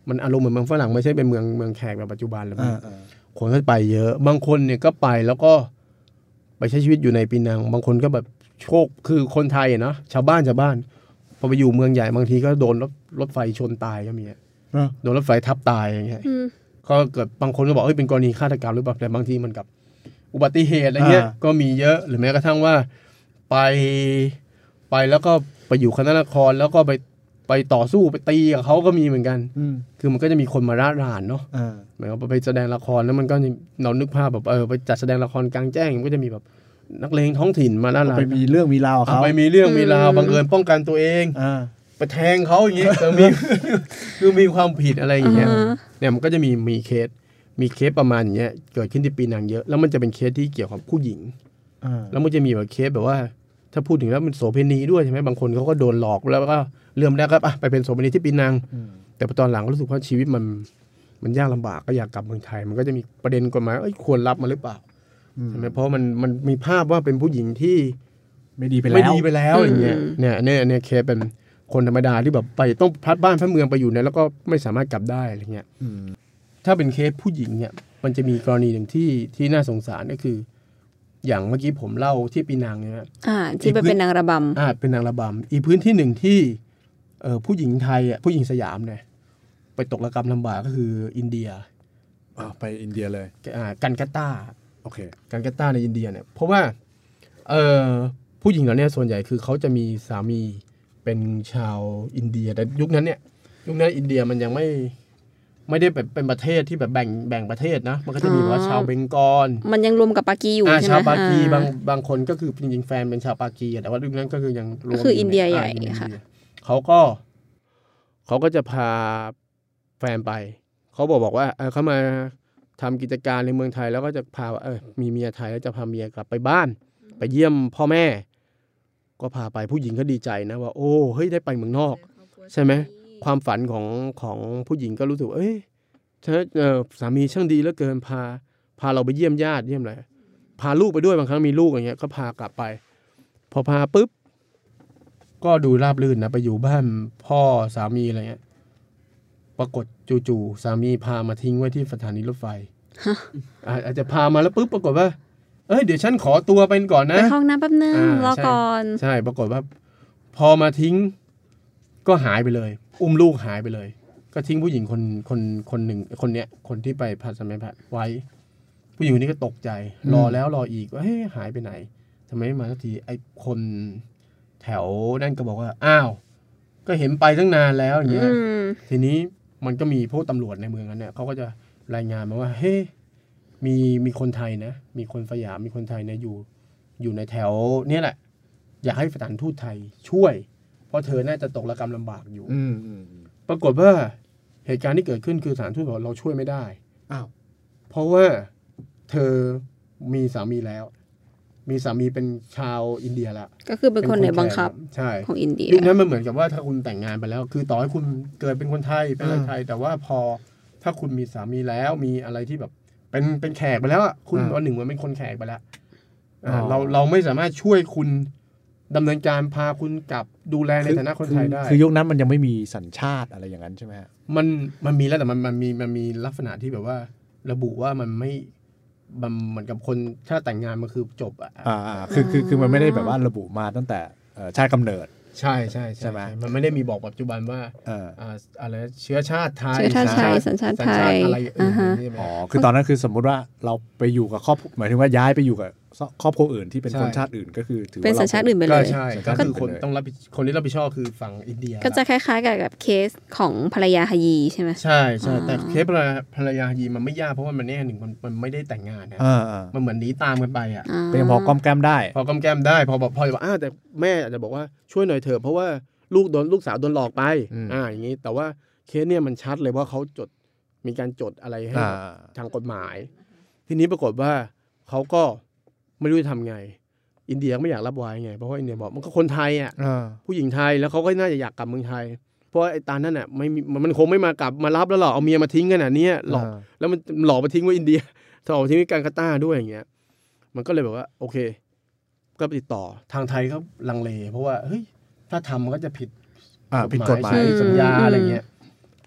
มันอารมณ์เหมือนเมืองฝรั่งไม่ใช่เป็นเมืองแขกแบบปัจจุบันแล้วคนก็ไปเยอะบางคนเนี่ยก็ไปแล้วก็ไปใช้ชีวิตอยู่ในปีนังบางคนก็แบบโชคคือคนไทยเนาะชาวบ้านพอไปอยู่เมืองใหญ่บางทีก็โดนรถไฟชนตายก็มีโดนรถไฟทับตายอย่างเงี้ยก็เกิดบางคนก็บอกเป็นกรณีฆาตกรรมหรือเปล่าแต่บางทีมันกับอุบัติเหตุอะไรเงี้ยก็มีเยอะหรือแม้กระทั่งว่าไปแล้วก็ไปอยู่คณะนครแล้วก็ไปต่อสู้ไปตีกับเขาก็มีเหมือนกันคือมันก็จะมีคนมาร่ารานเนาะหมายว่าไปแสดงละครแล้วมันก็เรานึกภาพแบบไปจัดแสดงละครกลางแจ้งมันก็จะมีแบบนักเลงท้องถิ่นมาร่ารานไปมีเรื่องมีราวเขาไปมีเรื่องมีราวบังเอิญป้องกันตัวเองไปแทงเขาอย่างเงี้ยคือมีความผิดอะไรอย่างเงี้ยเนี่ยมันก็จะมีเคสประมาณอย่างเงี้ยเกิดขึ้นที่ปีนังเยอะแล้วมันจะเป็นเคสที่เกี่ยวกับผู้หญิงแล้วมันจะมีแบบเคสแบบว่าถ้าพูดถึงแล้วมันโสเภณีด้วยใช่ไหมบางคนเขาก็โดนหลอกแล้วก็เริ่มแรกก็ไปเป็นโสเภณีที่ปีนังแต่พอตอนหลังก็รู้สึกว่าชีวิตมันยากลำบากก็อยากกลับเมืองไทยมันก็จะมีประเด็นกฎหมายควรรับมาหรือเปล่าใช่ไหมเพราะมันมีภาพว่าเป็นผู้หญิงที่ไม่ดีไปแล้วอย่างเงี้ยเนี่ยเคสเป็นคนธรรมดาที่แบบไปต้องพัดบ้านพัดเมืองไปอยู่เนี่ยแล้วก็ไม่สามารถกลับได้อะไรเงี้ยถ้าเป็นเคสผู้หญิงเนี่ยมันจะมีกรณีหนึ่งที่น่าสงสารก็คืออย่างเมื่อกี้ผมเล่าที่ปีนังเนี่ยที่เป็นนางระบำเป็นนางระบำอีกพื้นที่หนึ่งที่ผู้หญิงไทยผู้หญิงสยามเนี่ยไปตกระกำลำบากก็คืออินเดียไปอินเดียเลยกันกัตตาโอเคกันกัตตาในอินเดียเนี่ยเพราะว่าผู้หญิงเหล่านี้ส่วนใหญ่คือเขาจะมีสามีเป็นชาวอินเดียแต่ยุคนั้นอินเดียมันยังไม่ได้แบบเป็นประเทศที่แบบแบ่งประเทศนะมันก็จะมีว่าชาวเบงกอลมันยังรวมกับปากีอยู่ใช่ไหมชาวปากีบางคนก็คือจริงๆแฟนเป็นชาวปากีแต่ว่ายุคนั้นก็คือยังรวมคืออินเดียใหญ่ค่ะเขาก็จะพาแฟนไปเขาบอกว่าเขามาทำกิจการในเมืองไทยแล้วก็จะพามีเมียไทยแล้วจะพาเมียกลับไปบ้านไปเยี่ยมพ่อแม่ก็พาไปผู้หญิงก็ดีใจนะว่าโอ้เฮ้ยได้ไปเมืองนอกใช่ไหมความฝันของผู้หญิงก็รู้สึกสามีช่างดีเหลือเกินพาเราไปเยี่ยมญาติเยี่ยมอะไรพาลูกไปด้วยบางครั้งมีลูกอย่างเงี้ยก็พากลับไปพอพาปุ๊บก็ดูราบรื่นนะไปอยู่บ้านพ่อสามีอะไรเงี้ยปรากฏจู่ๆสามีพามาทิ้งไว้ที่สถานีรถไฟอาจจะพามาแล้วปุ๊บปรากฏว่าเดี๋ยวฉันขอตัวไปก่อนนะไปห้องน้ำแป๊บนึงรอก่อนใช่ปรากฏว่าพอมาทิ้งก็หายไปเลยอุ้มลูกหายไปเลยก็ทิ้งผู้หญิงคนหนึ่งคนเนี้ยคนที่ไปพัสมัยพัดไว้ผู้หญิงคนนี้ก็ตกใจรอแล้วรออีกว่าหายไปไหนทำไมไม่มาสักทีไอ้คนแถวนั่นก็บอกว่าอ้าวก็เห็นไปตั้งนานแล้วอย่างเงี้ยทีนี้มันก็มีพวกตำรวจในเมืองนั้นเนี่ยเขาก็จะรายงานมาว่ามีคนไทยนะมีคนสยามมีคนไทยเนี่ยอยู่ในแถวเนี่ยแหละอยากให้สถานทูตไทยช่วยเพราะเธอน่าจะตกระกำลำบากอยู่ปรากฏว่าเหตุการณ์ที่เกิดขึ้นคือสถานทูตบอกเราช่วยไม่ได้เพราะว่าเธอมีสามีแล้วมีสามีเป็นชาวอินเดียแล้วก็คือเป็นคนในบังคับของอินเดียยุคนั้นมันเหมือนกับว่าถ้าคุณแต่งงานไปแล้วคือต่อให้คุณเกิดเป็นคนไทยเป็นอะไรไทยแต่ว่าพอถ้าคุณมีสามีแล้วมีอะไรที่แบบเป็นแขกไปแล้วคุณวันหนึ่งมันเป็นคนแขกไปแล้วเราไม่สามารถช่วยคุณดำเนินการพาคุณกลับดูแลในฐานะคนไทยได้คือยุคนั้นมันยังไม่มีสัญชาติอะไรอย่างนั้นใช่ไหมมันมีแล้วแต่มันมีลักษณะที่แบบว่าระบุว่ามันไม่เหมือนกับคนถ้าแต่งงานมันคือจบคือมันไม่ได้แบบว่าระบุมาตั้งแต่ชาติกำเนิดใช่มันไม่ได้มีบอกปัจจุบันว่าอะไรเชื้อชาติไทยสัญชาติไทยอะไรอื่นคือตอนนั้นคือสมมุติว่าเราไปอยู่กับครอบหมายถึงว่าย้ายไปอยู่กับครอบครัวอื่นที่เป็นคนชาติอื่นก็คือถือว่าเป็นสัญชาติอื่นไปเลยใช่ก็คือคนต้องรับคนที่รับผิดชอบคือฝั่งอินเดียก็จะคล้ายๆกับเคสของภรรยาฮยีใช่ไหมใช่แต่เคสภรรยาฮยีมันไม่ยากเพราะว่ามันแน่หนึ่งมันไม่ได้แต่งงานนะมันเหมือนหนีตามกันไปเป็นพอก้อมแก้มได้พอก้อมแก้มได้พอจะบอกแต่แม่อาจจะบอกว่าช่วยหน่อยเถอะเพราะว่าลูกสาวโดนหลอกไปอย่างนี้แต่ว่าเคสเนี่ยมันชัดเลยว่าเขามีการจดอะไรให้ทางกฎหมายทีนี้ปรากฏว่าเขาก็ไม่รู้จะทำไงอินเดียไม่อยากรับไว้ไงเพราะว่าอินเดียบอกมันก็คนไทยผู้หญิงไทยแล้วเขาก็น่าจะอยากกลับเมืองไทยเพราะไอ้ตานั่นน่ะมันคงไม่มากลับมารับแล้วหรอกเอาเมียมาทิ้งกันนี้หลอกแล้วมันหลอกมาทิ้งไว้อินเดียหลอกมาทิ้งไว้การกาตาร์ด้วยอย่างเงี้ยมันก็เลยแบบว่าโอเคก็ติดต่อทางไทยเขาลังเลเพราะว่าเฮ้ยถ้าทำมันก็จะผิดกฎหมายสัญญาอะไรเงี้ย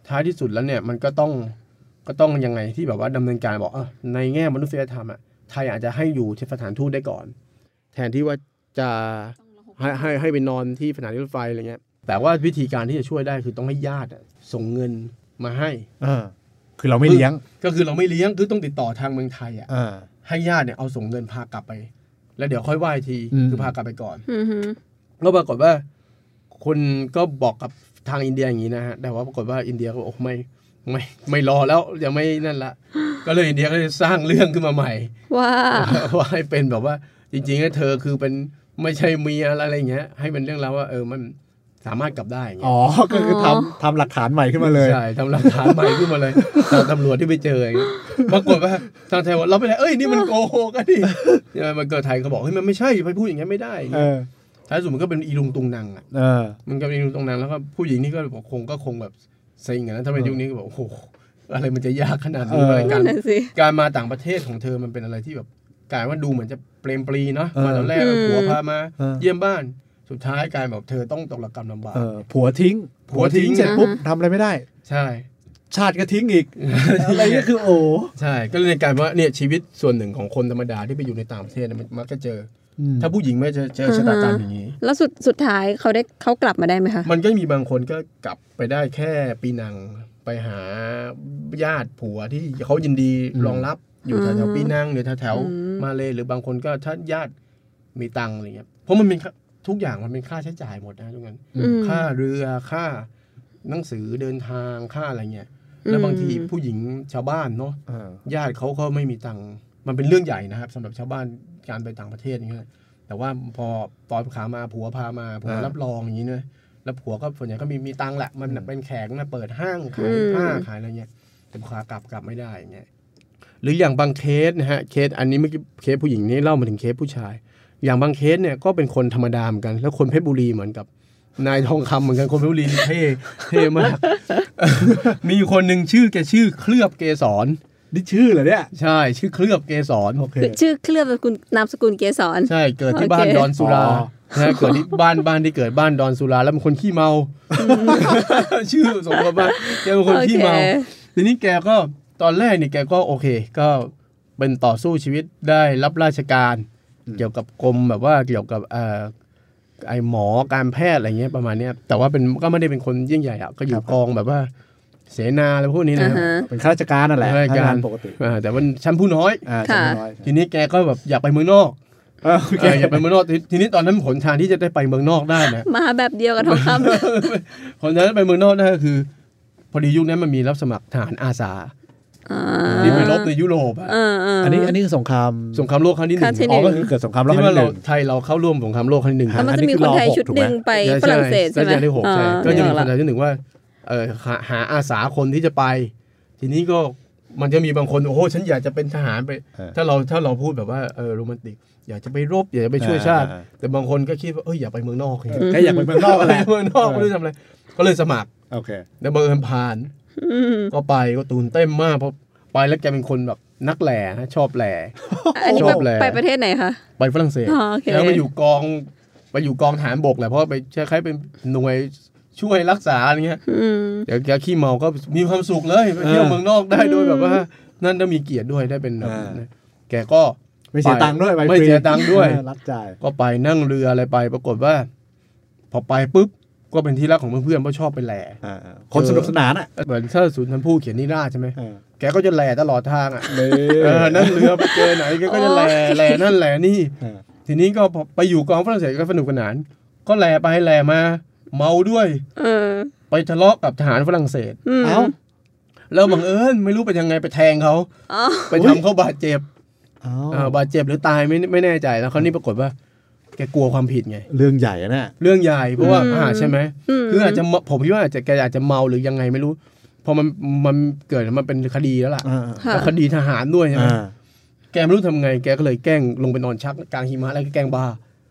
ท้ายที่สุดแล้วเนี่ยมันก็ต้องยังไงที่แบบว่าดำเนินการบอกในแง่มนุษยธรรมไทยอาจจะให้อยู่ที่สถานทูตได้ก่อนแทนที่ว่าจะให้ไปนอนที่สถานีรถไฟอะไรเงี้ยแต่ว่าวิธีการที่จะช่วยได้คือต้องให้ญาติส่งเงินมาให้คือเราไม่เลี้ยงก็คือเราไม่เลี้ยงคือต้องติดต่อทางเมืองไทยให้ญาติเนี่ยเอาส่งเงินพากลับไปแล้วเดี๋ยวค่อยไหว้ทีคือพากลับไปก่อนแล้วปรากฏว่าคนก็บอกกับทางอินเดียอย่างนี้นะฮะแต่ว่าปรากฏว่าอินเดียก็บอกไม่รอแล้วยังไม่นั่นละก็เลยอินเดียก็เลยสร้างเรื่องขึ้นมาใหม่ว่าให้เป็นแบบว่าจริงๆเธอคือเป็นไม่ใช่เมียอะไรอย่างเงี้ยให้เป็นเรื่องราวว่ามันสามารถกลับได้อย่างเงี้ยก็คือทำหลักฐานใหม่ขึ้นมาเลยใช่ทำหลักฐานใหม่ขึ้นมาเลยตำรวจที่ไปเจออย่างเงี้ยปรากฏว่าทางไทยว่าเราไปเลยนี่มันโกหกกันดิมันเกิดไทยเขาบอกมันไม่ใช่ไปพูดอย่างเงี้ยไม่ได้ท้ายสุดมันก็เป็นอีลุงตุงนังมันก็เป็นอีลุงตุงนังแล้วก็ผู้หญิงนี่ก็บอกคงแบบเซ็งนะถ้าเป็นยุคนี้ก็บอกโอ้โหอะไรมันจะยากขนาดนี้อะไรการมาต่างประเทศของเธอมันเป็นอะไรที่แบบกลายว่าดูเหมือนจะเปรมปรีเนาะมาตอนแรกผัวพามาเยี่ยมบ้านสุดท้ายกลายแบบเธอต้องตกระกำลำบากผัวทิ้งเสร็จปุ๊บทำอะไรไม่ได้ใช่ชาติก็ทิ้งอีกอะไรก็คือโอ้ใช่ก็เลยกลายว่าเนี่ยชีวิตส่วนหนึ่งของคนธรรมดาที่ไปอยู่ในต่างประเทศมันมักจะเจอถ้าผู้หญิงไม่เจอชะตากรรมอย่างนี้แล้วสุดท้ายเขากลับมาได้ไหมคะมันก็มีบางคนก็กลับไปได้แค่ปีนังไปหาญาติผัวที่เขายินดีรองรับอยู่แถวปีนังหรือแถวมาเลหรือบางคนก็ถ้าญาติมีตังอะไรเงี้ยเพราะมันเป็นทุกอย่างมันเป็นค่าใช้จ่ายหมดนะทุกคนค่าเรือค่าหนังสือเดินทางค่าอะไรเงี้ยแล้วบางทีผู้หญิงชาวบ้านเนาะญาติเขาก็ไม่มีตังมันเป็นเรื่องใหญ่นะครับสำหรับชาวบ้านการไปต่างประเทศอย่างเงี้ยแต่ว่าพอตอนขามาผัวพามาผัวรับรองอย่างนี้เนี่ยแล้วผัวก็ส่วนใหญ่ก็มีตังแหละมันเป็นแขกนะเปิดห้างขายผ้าขายอะไรเงี้ยแต่ขากลับไม่ได้อย่างเงี้ยหรืออย่างบางเคสนะฮะเคสอันนี้เมื่อกี้เคสผู้หญิงนี่เล่ามาถึงเคสผู้ชายอย่างบางเคสเนี่ยก็เป็นคนธรรมดาเหมือนกันแล้วคนเพชรบุรีเหมือนกับนายทองคำเหมือนกันคนเพชรบุรีเท่มากมีอยู่คนหนึ่งชื่อเคลือบเกสรนี่ชื่อเหรอเนี่ยใช่ชื่อเคลือบเกสรชื่อเคลือบนามสกุลเกสรใช่เกิดที่บ้านดอนสุรานะเกิดที่บ้านที่เกิดบ้านดอนสุราแล้วเป็นคนขี้เมาชื่อสมกับว่าแกเป็นคนขี้เมาทีนี้แกก็ตอนแรกนี่แกก็โอเคก็เป็นต่อสู้ชีวิตได้รับราชการเกี่ยวกับกรมแบบว่าเกี่ยวกับไอหมอการแพทย์อะไรเงี้ยประมาณเนี้ยแต่ว่าก็ไม่ได้เป็นคนยิ่งใหญ่ก็อยู่กองแบบว่าเสนาอะไรพวกนี้นะครับเป็นข้าราชการนั่นแหละงานปกติแต่ว่าชั้นผู้น้อยทีนี้แกก็แบบอยากไปเมืองนอกแกอยากไปเมืองนอกทีนี้ตอนนั้นผลทางที่จะได้ไปเมืองนอกได้นะมาแบบเดียวกับทองคำผลทางที่ไปเมืองนอกได้ก็คือพอดียุคนั้นมันมีรับสมัครทหารอาสาที่ไปรบในยุโรปอันนี้คือสงครามโลกครั้งที่ 1 ก็คือเกิดสงครามโลกครั้งที่ 1 ไทยเราเข้าร่วมสงครามโลกครั้งที่ 1 มันจะมีคนไทยชุดหนึ่งไปฝรั่งเศสใช่ไหมก็จะมีคนไทยชุดหนึ่งว่าหาอาสาคนที่จะไปทีนี้ก็มันจะมีบางคนโอ้โหฉันอยากจะเป็นทหารไปถ้าเราพูดแบบว่าโรแมนติกอยากจะไปรบอยากจะไปช่วยชาติแต่บางคนก็คิดว่าอยากไปเมืองนอกแค่อยากไปเมืองนอกอะไรเมืองนอกไม่รู้ทำอะไรก็เลยสมัครโอเคแล้วบังเอิญผ่านก็ไปก็ตื่นเต้นมากเพราะไปแล้วแกเป็นคนแบบนักแหล่นะชอบแหล่อันนี้ไปประเทศไหนคะไปฝรั่งเศสแล้วไปอยู่กองทหารบกแหละเพราะไปใช้คล้ายเป็นหน่วยช่วยรักษาอะไรเงี้ยเดี๋ยวแกขี้เมาก็มีความสุขเลยไปเที่ยวเมืองนอกได้โดยแบบว่านั่นต้องมีเกียรติด้วยได้เป็นแกก็ไม่เสียตังค์ด้วยไม่เสียตังค์ด้วยรับจ่ายก็ไปนั่งเรืออะไรไปปรากฏว่าพอไปปุ๊บก็เป็นที่รักของเพื่อนๆเพราะชอบไปแหล่คนสนุกสนานเหมือนถ้าศูนย์ท่านผู้เขียนนิราศใช่ไหมแกก็จะแหล่ตลอดทางนั่งเรือไปเจอไหนแกก็จะแหล่นั่นแหล่นี่ทีนี้ก็ไปอยู่กองฝรั่งเศสก็สนุกสนานก็แหล่ไปแหล่มาเมาด้วยไปทะเลาะกับทหารฝรั่งเศสแล้วบังเอิญไม่รู้ไปยังไงไปแทงเขาไปทำเขาบาดเจ็บหรือตายไม่แน่ใจแล้วเขานี่ปรากฏว่าแกกลัวความผิดไงเรื่องใหญ่นะเรื่องใหญ่เพราะว่าใช่ไหมคืออาจจะผมคิดว่าแกอาจจะเมาหรือยังไงไม่รู้พอมันเกิดมันเป็นคดีแล้วล่ะคดีทหารด้วยใช่ไหมแกไม่รู้ทำไงแกก็เลยแกล้งลงไปนอนชักกลางหิมะแล้วก็แกล้งบ้า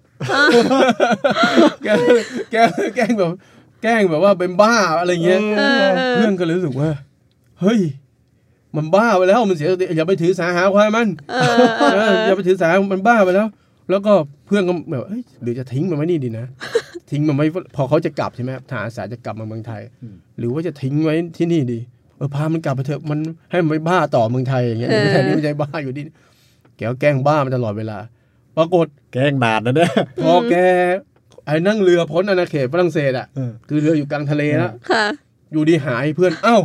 แกแกล้งแบบว่าเป็นบ้าอะไรเงี้ยเพื่อนก็รู้สึกว่าเฮ้ยมันบ้าไปแล้วมันเสียอย่าไปถือสาหาความมันอย่าไปถือสามันบ้าไปแล้วก็เพื่อนก็แบบหรือจะทิ้งมันไว้นี่ดีนะทิ้งมันไว้พอเขาจะกลับใช่ไหมทหารอาสาจะกลับมาเมืองไทยหรือว่าจะทิ้งไว้ที่นี่ดีพามันกลับไปเถอะมันให้มันไปบ้าต่อเมืองไทยอย่างเงี้ยแทนที่มันจะบ้าอยู่ที่แกก็แกล้งบ้ามันตลอดเวลาปรากฏแกล้งนานนะเนี่ยพอแกไอ้นั่งเรือพ้นอาณาเขตฝรั่งเศสอ่ะคือเรืออยู่กลางทะเลแล้วอยู่ดีหายเพื่อนเอ้า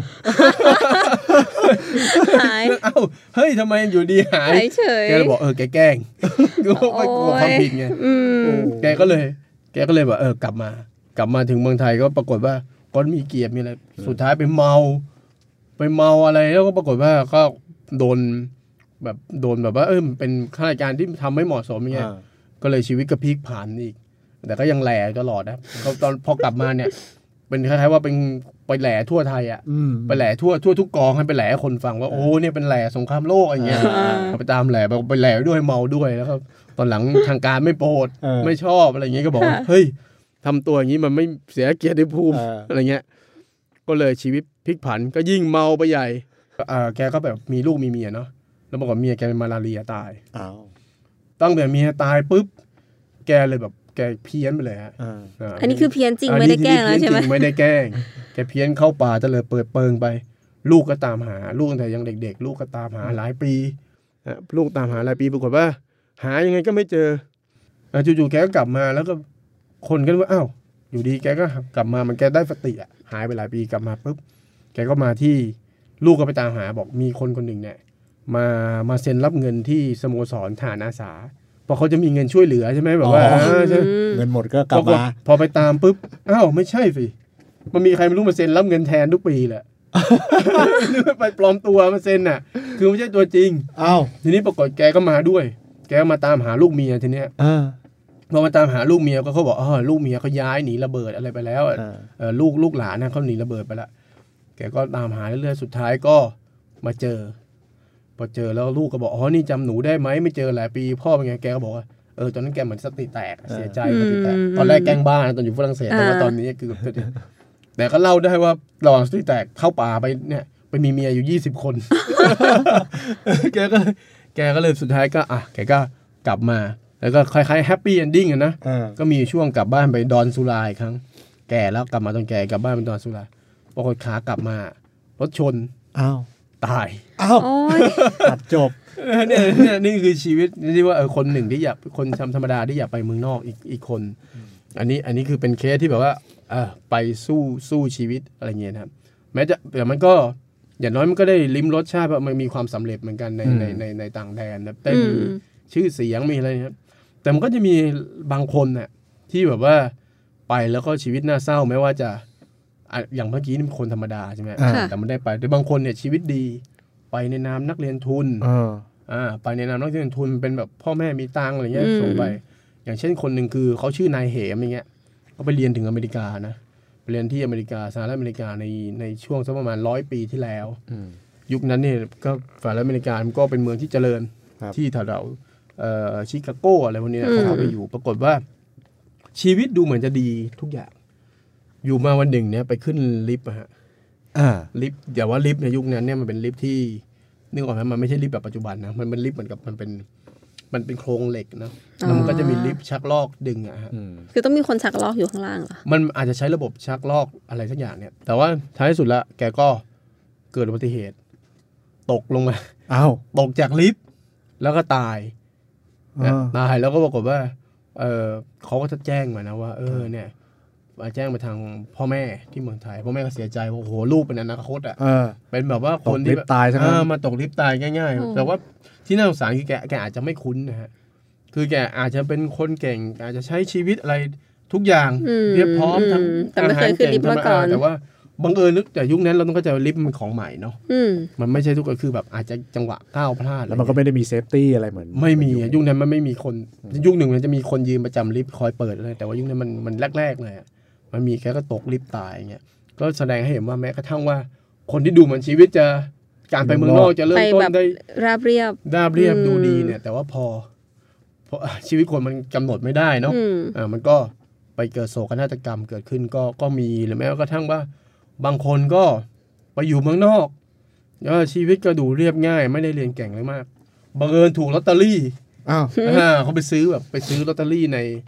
เฮ้ยทำไมอยู่ดีหายแกเลยบอกแกแกล้งก็ไม่กลัวความผิดไงแกก็เลยบอกกลับมาถึงเมืองไทยก็ปรากฏว่าก็มีเกียรติมีอะไรสุดท้ายไปเมาอะไรแล้วก็ปรากฏว่าก็โดนแบบว่าเป็นข้าราชการที่ทำไม่เหมาะสมอย่างเงี้ยก็เลยชีวิตก็พลิกผันอีกแต่ก็ยังแหล่ตลอดนะตอนพอกลับมาเนี่ยเป็นคล้ายๆว่าเป็นไปแหล่ทั่วไทยอ่ะไปแหล่ทั่วทุกกองให้ไปแหล่คนฟังว่าโอ้เนี่ยเป็นแหล่สงครามโลกอย่างเงี้ยไปตามแหล่ไปแหล่ด้วยเมาด้วยแล้วก็ตอนหลังทางการไม่โปรดไม่ชอบอะไรอย่างเงี้ยก็บอกเฮ้ยทำตัวอย่างนี้มันไม่เสียเกียรติภูมิอะไรเงี้ยก็เลยชีวิตพลิกผันก็ยิ่งเมาไปใหญ่แกก็แบบมีลูกมีเมียเนาะแล้วบอกว่าเมียแกเป็นมาลาเรียตายตั้งแต่เมียตายปุ๊บแกเลยแบบแกเพี้ยนไปเลยฮะอันนี้คือเพี้ยนจริงไม่ได้แกล้งแล้วใช่ไหมไม่ได้แกล้งแกเพี้ยนเข้าป่าจะเลยเปิดเปิงไปลูกก็ตามหาลูกตั้งแต่ยังเด็กๆลูกก็ตามหาหลายปีลูกตามหาหลายปีปรากฏว่าหายังไงก็ไม่เจอจู่ๆแกก็กลับมาแล้วก็คนก็ว่าอ้าวอยู่ดีแกก็กลับมามันแกได้สติอ่ะหายไปหลายปีกลับมาปุ๊บแกก็มาที่ลูกก็ไปตามหาบอกมีคนคนหนึ่งเนี่ยมาเซ็นรับเงินที่สโมสรทหารอาสาเพราะเขาจะมีเงินช่วยเหลือใช่ไหมแบบว่าเงินหมดก็กลับมาพอไปตามปุ๊บอ้าวไม่ใช่สิมันมีใครไม่รู้มาเซ็นรับเงินแทนทุกปีแหละไปปลอมตัวมาเซ็นน่ะคือไม่ใช่ตัวจริงอ้าวทีนี้ปรากฏแกก็มาด้วยแกมาตามหาลูกเมียทีเนี้ยพอมาตามหาลูกเมียก็เขาบอกลูกเมียเขาย้ายหนีระเบิดอะไรไปแล้วลูกหลานนะเขาหนีระเบิดไปแล้วแกก็ตามหาเรื่อยๆสุดท้ายก็มาเจอพอเจอแล้วลูกก็บอกนี่จำหนูได้ไหมไม่เจอหลายปีพ่อเป็นไงแกก็บอกว่าตอนนั้นแกเหมือนสติแตกเสียใจสติแตกตอนแรกแกล้งบ้าตอนอยู่ฝรั่งเศสแต่ว่าตอนนี้คือแต่ก็เล่าได้ว่าระหว่างสติแตกเข้าป่าไปเนี่ยไปมีเมียอยู่20 คนแกก็เลยสุดท้ายก็แกก็กลับมาแล้วก็คล้ายๆแฮปปี้เอนดิ้งนะก็มีช่วงกลับบ้านไปดอนสุราอีกครั้งแก่แล้วกลับมาตอนแก่กลับบ้านไปดอนสุราปรากฏขากลับมารถชนตายตัดจบนี่คือชีวิตที่ว่าคนหนึ่งที่อยากคนธรรมดาที่อยากไปเมืองนอกอีกคนอันนี้คือเป็นเคสที่แบบว่าไปสู้ชีวิตอะไรเงี้ยครับแม้จะแต่มันก็อย่างน้อยมันก็ได้ลิ้มรสชาติว่ามันมีความสำเร็จเหมือนกันในต่างแดนนะได้มีชื่อเสียงมีอะไรครับแต่มันก็จะมีบางคนน่ะที่แบบว่าไปแล้วก็ชีวิตน่าเศร้าแม้ว่าจะอย่างเมื่อกี้นี่เป็นคนธรรมดาใช่ไหมแต่มันได้ไปแต่บางคนเนี่ยชีวิตดีไปในนามนักเรียนทุนไปในนามนักเรียนทุนเป็นแบบพ่อแม่มีตังอะไรเงี้ยส่งไปอย่างเช่นคนหนึ่งคือเขาชื่อนายเหมอย่างเงี้ยเขาไปเรียนถึงอเมริกานะไปเรียนที่อเมริกาสหรัฐอเมริกาในช่วงสักประมาณ100 ปีที่แล้วยุคนั้นเนี่ยก็สหรัฐอเมริกามันก็เป็นเมืองที่เจริญที่แถวชิคาโกอะไรพวกนี้เขาไปอยู่ปรากฏว่าชีวิตดูเหมือนจะดีทุกอย่างอยู่มาวันหนึ่งเนี่ยไปขึ้นลิฟต์ลิฟต์อย่าว่าลิฟต์ในยุคนั้นเนี่ยมันเป็นลิฟต์ที่นึกออกไหมมันไม่ใช่ลิฟต์แบบปัจจุบันนะมันเป็นลิฟต์เหมือนกับมันเป็นโครงเหล็กนะแล้วมันก็จะมีลิฟต์ชักลอกดึงคือต้องมีคนชักลอกอยู่ข้างล่างเหรอมันอาจจะใช้ระบบชักลอกอะไรสักอย่างเนี่ยแต่ว่าท้ายสุดละแกก็เกิดอุบัติเหตุตกลงมาตกจากลิฟต์แล้วก็ตายแล้วก็ปรากฏว่าเขาก็จะแจ้งมานะว่าเนี่ยแจ้งไปทางพ่อแม่ที่เมืองไทยพ่อแม่ก็เสียใจว่าโอ้โหลูกเป็นอนาคตเป็นแบบว่าคนที่ตายใช่ไหมมาตกลิฟต์ตายง่ายๆแต่ว่าที่น่าสงสารคือแกอาจจะไม่คุ้นนะฮะคือแกอาจจะเป็นคนเก่งอาจจะใช้ชีวิตอะไรทุกอย่างเรียบพร้อมทั้งอาหารเก่งแต่ว่าบังเอิญแต่ยุคนั้นเราต้องเข้าใจว่าลิฟต์มันของใหม่เนาะมันไม่ใช่ทุกคนคือแบบอาจจะจังหวะก้าวพลาดแล้วมันก็ไม่ได้มีเซฟตี้อะไรเหมือนไม่มียุคนั้นมันไม่มีคนยุคหนึ่งมันจะมีคนยืนประจำลิฟต์คอยเปิดเลยแต่ว่ายุคนั้นมันแรกๆเลยมันมีแค่ก็ตกลิฟต์ตายอย่างเงี้ยก็แสดงให้เห็นว่าแม้กระทั่งว่าคนที่ดูเหมือนชีวิตจะการไปเมืองนอกจะเริ่มต้นได้ราบเรียบดูดีเนี่ยแต่ว่าพอชีวิตคนมันกำหนดไม่ได้เนาะมันก็ไปเกิดโศกนาฏกรรมเกิดขึ้นก็มีหรือแม้กระทั่งว่าบางคนก็ไปอยู่เมืองนอกชีวิตก็ดูเรียบง่ายไม่ได้เรียนเก่งเลยมากบังเอิญถูกลอตเตอรี่เขาไปซื้อลอตเตอรี่ใน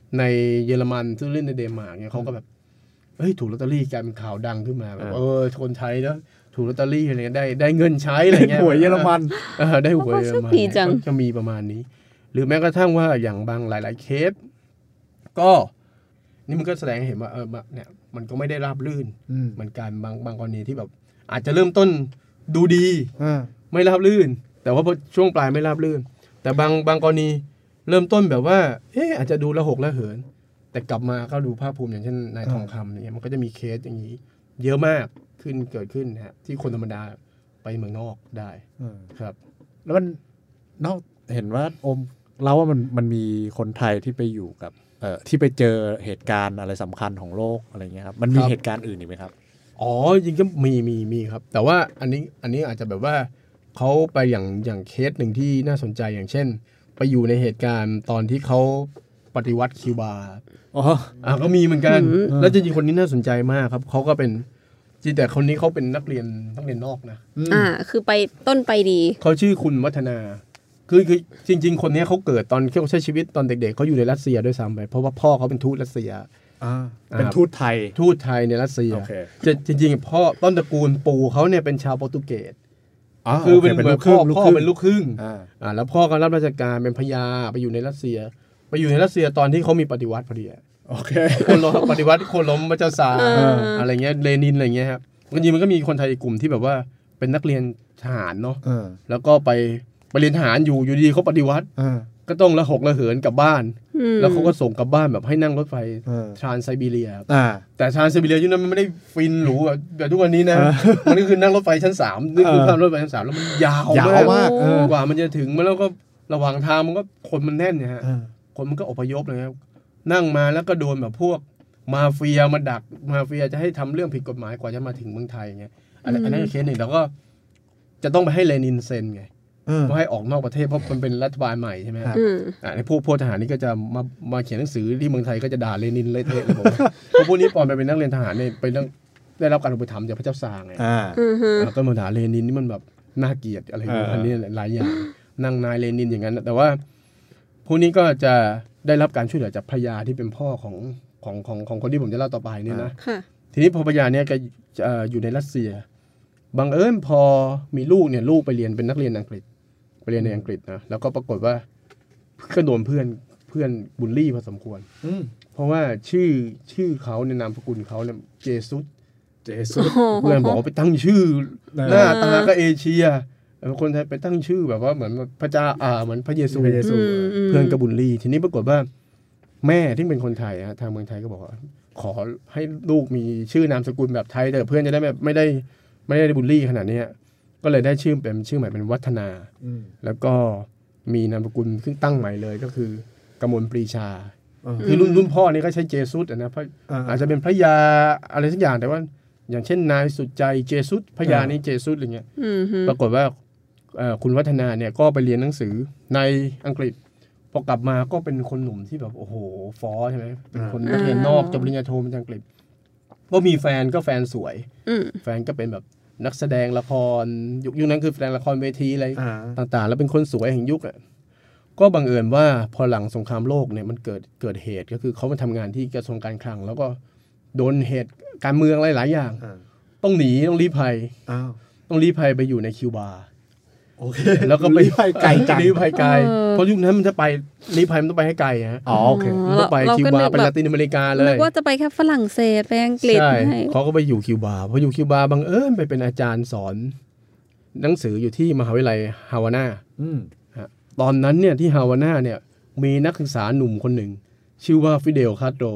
ในเยอรมันซึ่งเล่นในเดนมาร์กเนี่ยเขาก็แบบเฮ้ยถูกลอตเตอรี่กลายเป็นข่าวดังขึ้นมาแบบคนไทยเนาะถูกลอตเตอรี่อะไรได้เงินใช้อะไรเงี้ยหวยเยอรมันได้หวยเยอรมันจะมีประมาณนี้หรือแม้กระทั่งว่าอย่างบางหลายๆเคสก็นี่มันก็แสดงให้เห็นว่าเนี่ยมันก็ไม่ได้ราบรื่นเหมือนกันบางกรณีที่แบบอาจจะเริ่มต้นดูดีไม่ราบรื่นแต่ว่าพอช่วงปลายไม่ราบรื่นแต่บางกรณีเริ่มต้นแบบว่าอาจจะดูละหกละเหินแต่กลับมาก็ดูภาคภูมิอย่างเช่นนายทองคำเนี่ยมันก็จะมีเคสอย่างนี้เยอะมากเกิดขึ้นฮะที่คนธรรมดาไปเมืองนอกได้ครับแล้วมันนอกเห็นว่าอมเล่าว่ามันมีคนไทยที่ไปอยู่กับที่ไปเจอเหตุการณ์อะไรสำคัญของโลกอะไรเงี้ยครับมันมีเหตุการณ์อื่นอีกไหมครับอ๋อจริงก็มีครับแต่ว่าอันนี้อาจจะแบบว่าเขาไปอย่างเคสหนึ่งที่น่าสนใจอย่างเช่นไปอยู่ในเหตุการณ์ตอนที่เขาปฏิวัติคิวบาก็มีเหมือนกันแล้วจริงๆคนนี้น่าสนใจมากครับเขาก็เป็นจริงแต่คนนี้เขาเป็นนักเรียนนอกนะคือไปต้นไปดีเขาชื่อคุณวัฒนาคือจริงๆคนนี้เขาเกิดตอนเขาใช้ชีวิตตอนเด็กๆเขาอยู่ในรัสเซียด้วยซ้ำไปเพราะว่าพ่อเขาเป็นทูตรัสเซียเป็นทูตไทยในรัสเซียจริงๆพ่อต้นตระกูลปู่เขาเนี่ยเป็นชาวโปรตุเกสคือเป็นพ่อเป็นลูกครึ่งแล้วพ่อก็รับราชการเป็นพญาไปอยู่ในรัสเซียตอนที่เขามีปฏิวัติพอดีคนล้มปฏิวัติคนล้มพระเจ้าซาร์อะไรเงี้ยเลนินอะไรเงี้ยครับจริงๆมันก็มีคนไทยกลุ่มที่แบบว่าเป็นนักเรียนทหารเนาะแล้วก็ไปเรียนทหารอยู่ดีเขาปฏิวัติก็ต้องละหกละเหินกลับบ้านแล้วเขาก็ส่งกลับบ้านแบบให้นั่งรถไฟทรานไซบีเรียแต่ทรานไซบีเรียยุคนั้นมันไม่ได้ฟินหรูแบบทุกวันนี้นะมันก็คือนั่งรถไฟชั้น3นี่คือข้ามรถไฟชั้น3แล้วมันยาวมากกว่ามันจะถึงแล้วก็ระหว่างทางมันก็คนมันแน่นเนี่ยฮะคนมันก็อพยพเลยครับนั่งมาแล้วก็โดนแบบพวกมาเฟียมาดักมาเฟียจะให้ทำเรื่องผิดกฎหมายกว่าจะมาถึงเมืองไทยเงี้ยอันนั้นเคสหนึ่งแล้วก็จะต้องไปให้เลนินเซ็นไงก็ให้ออกนอกประเทศเพราะมันเป็นรัฐบาลใหม่ใช่ไหมครับในพวกทหารนี่ก็จะมาเขียนหนังสือที่เมืองไทยก็จะด่าเลนินเละเทะเลยผมเพราะพวกนี้ปอนไปเป็นนักเรียนทหารเนี่ยไปได้รับการอุปถัมภ์จากพระเจ้าซาร์ไงก็มาด่าเลนินนี่มันแบบน่าเกลียดอะไรอันนี้หลายอย่างนั่งนายเลนินอย่างนั้นแต่ว่าพวกนี้ก็จะได้รับการช่วยเหลือจากพญาที่เป็นพ่อของคนที่ผมจะเล่าต่อไปนี่นะทีนี้พอพญาเนี่ยก็อยู่ในรัสเซียบังเอิญพอมีลูกเนี่ยลูกไปเรียนเป็นนักเรียนอังกฤษไปเรียนในอังกฤษนะแล้วก็ปรากฏว่าก็โดนเพื่อนบูลลี่พอสมควรเพราะว่าชื่อเขาในนามสกุลเขาเนี่ยเจซุสเพื่อนบอกว่าไปตั้งชื่อหน้าตาก็เอเชียคนไทยไปตั้งชื่อแบบว่าเหมือนพระเจ้าเหมือนพระเยซูเพื่อนก็บูลลี่ทีนี้ปรากฏว่าแม่ที่เป็นคนไทยทางเมืองไทยก็บอกว่าขอให้ลูกมีชื่อนามสกุลแบบไทยแต่เพื่อนจะได้แบบไม่ได้บูลลี่ขนาดนี้ก็เลยได้ชื่อเป็นชื่อใหม่เป็นวัฒนาแล้วก็มีนามสกุลขึ้นตั้งใหม่เลยก็คือกมลปรีชาคือรุ่นพ่อนี่ก็ใช้เจซุสนะอาจจะเป็นพระยาอะไรสักอย่างแต่ว่าอย่างเช่นนายสุดใจเจซุสพระยานี่เจซุสอะไรเงี้ยปรากฏว่าคุณวัฒนาเนี่ยก็ไปเรียนหนังสือในอังกฤษพอกลับมาก็เป็นคนหนุ่มที่แบบโอ้โหฟอใช่ไหมเป็นคนนักเรียนนอกจบปริญญาโทมาจากอังกฤษก็มีแฟนก็แฟนสวยแฟนก็เป็นแบบนักแสดงละครยุคนั้นคือแสดงละครเวทีอะไรต่างๆแล้วเป็นคนสวยแห่งยุคก็บังเอิญว่าพอหลังสงครามโลกเนี่ยมันเกิดเหตุก็คือเขามาทำงานที่กระทรวงการคลังแล้วก็โดนเหตุการเมืองหลายๆอย่างต้องหนีต้องลี้ภัยไปอยู่ในคิวบาแล้วก็ไปลี้ภัยไกลเพราะยุคนั้นมันจะไปลี้ภัยมันต้องไปให้ไกลฮะต้องไปคิวบาไปลาตินอเมริกาเลยนึกว่าจะไปแค่ฝรั่งเศสไปอังกฤษใช่เขาก็ไปอยู่คิวบาพออยู่คิวบาบังเอิญไปเป็นอาจารย์สอนหนังสืออยู่ที่มหาวิทยาลัยฮาวาน่าตอนนั้นเนี่ยที่ฮาวาน่าเนี่ยมีนักศึกษาหนุ่มคนหนึ่งชื่อว่าฟิเดลคาสโตร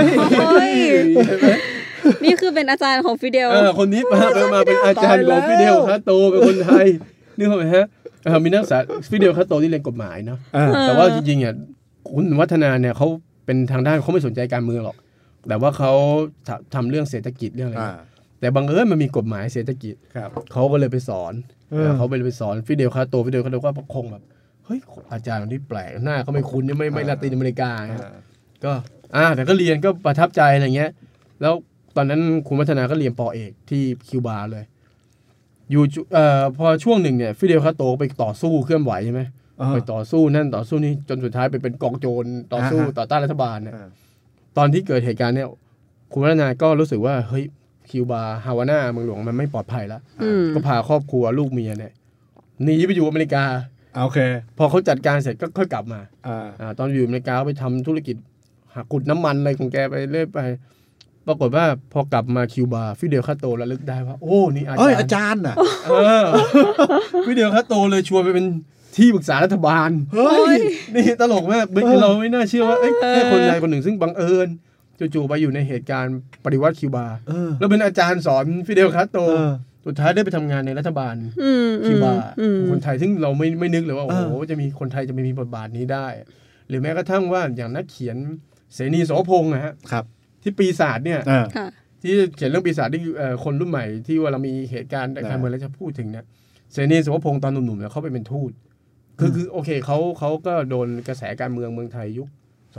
นี่คือเป็นอาจารย์ของฟิเดลคนนี้มาเป็นอาจารย์ของฟิเดลคาสโตรเป็นคนไทยนี่เข้าไปฮะมีนักศึกษาฟิเดลคาสโตรที่เรียนกฎหมายเนาะแต่ว่าจริงๆอ่ะคุณวัฒนาเนี่ยเขาเป็นทางด้านเขาไม่สนใจการเมืองหรอกแต่ว่าเขาทำเรื่องเศรษฐกิจเรื่องอะไรแต่บังเอิญมันมีกฎหมายเศรษฐกิจเขาก็เลยไปสอนฟิเดลคาสโตรก็คงแบบเฮ้ยอาจารย์คนนี้แปลกหน้าเขาไม่คุ้นไม่ลาตินอเมริกาก็แต่ก็เรียนก็ประทับใจอะไรเงี้ยแล้วตอนนั้นคุณวัฒนาก็เรียนป.เอกที่คิวบาเลยอยู่พอช่วงหนึ่งเนี่ยฟิเดลคาสโตรไปต่อสู้เคลื่อนไหวใช่ไหมไปต่อสู้นั่นต่อสู้นี่จนสุดท้ายไปเป็นกองโจรต่อสู้ต่อต้านรัฐบาลเนี่ยตอนที่เกิดเหตุการณ์เนี่ยคุณวัฒนาก็รู้สึกว่าเฮ้ยคิวบาฮาวาน่าเมืองหลวงมันไม่ปลอดภัยแล้วก็พาครอบครัวลูกเมียเนี่ยหนีไปอยู่อเมริกาโอเคพอเขาจัดการเสร็จก็ค่อยกลับมาตอนอยู่อเมริกาไปทำธุรกิจหาขุดน้ำมันอะไรของแกไปเรื่อยไปปรากฏว่าพอกลับมาคิวบาฟิเดลคาโตระลึกได้ว่าโอ้นี่อาจารย์อ่ะฟิเดลคาโตเลยชวนไปเป็นที่ปรึกษารัฐบาลเฮ้ยนี่ตลกมากเราไม่น่าเชื่อว่าแค่คนใดคนหนึ่งซึ่งบังเอิญจู่ๆไปอยู่ในเหตุการณ์ปฏิวัติคิวบาแล้วเป็นอาจารย์สอนฟิเดลคาโตสุดท้ายได้ไปทำงานในรัฐบาลคิวบาคนไทยซึ่งเราไม่นึกเลยว่าโอ้โหจะมีคนไทยจะมีบทบาทนี้ได้หรือแม้กระทั่งว่าอย่างนักเขียนเสนีโสพงษ์นะฮะที่ปีศาจเนี่ยที่เขียนเรื่องปีศาจที่คนรุ่นใหม่ที่ว่าเรามีเหตุการณ์ในการเมืองแล้วจะพูดถึงเนี่ยเสนีโสพงษ์ตอนหนุ่มๆเนี่ยเขาไปเป็นทูตคือโอเคเขาก็โดนกระแสการเมืองเมืองไทยยุค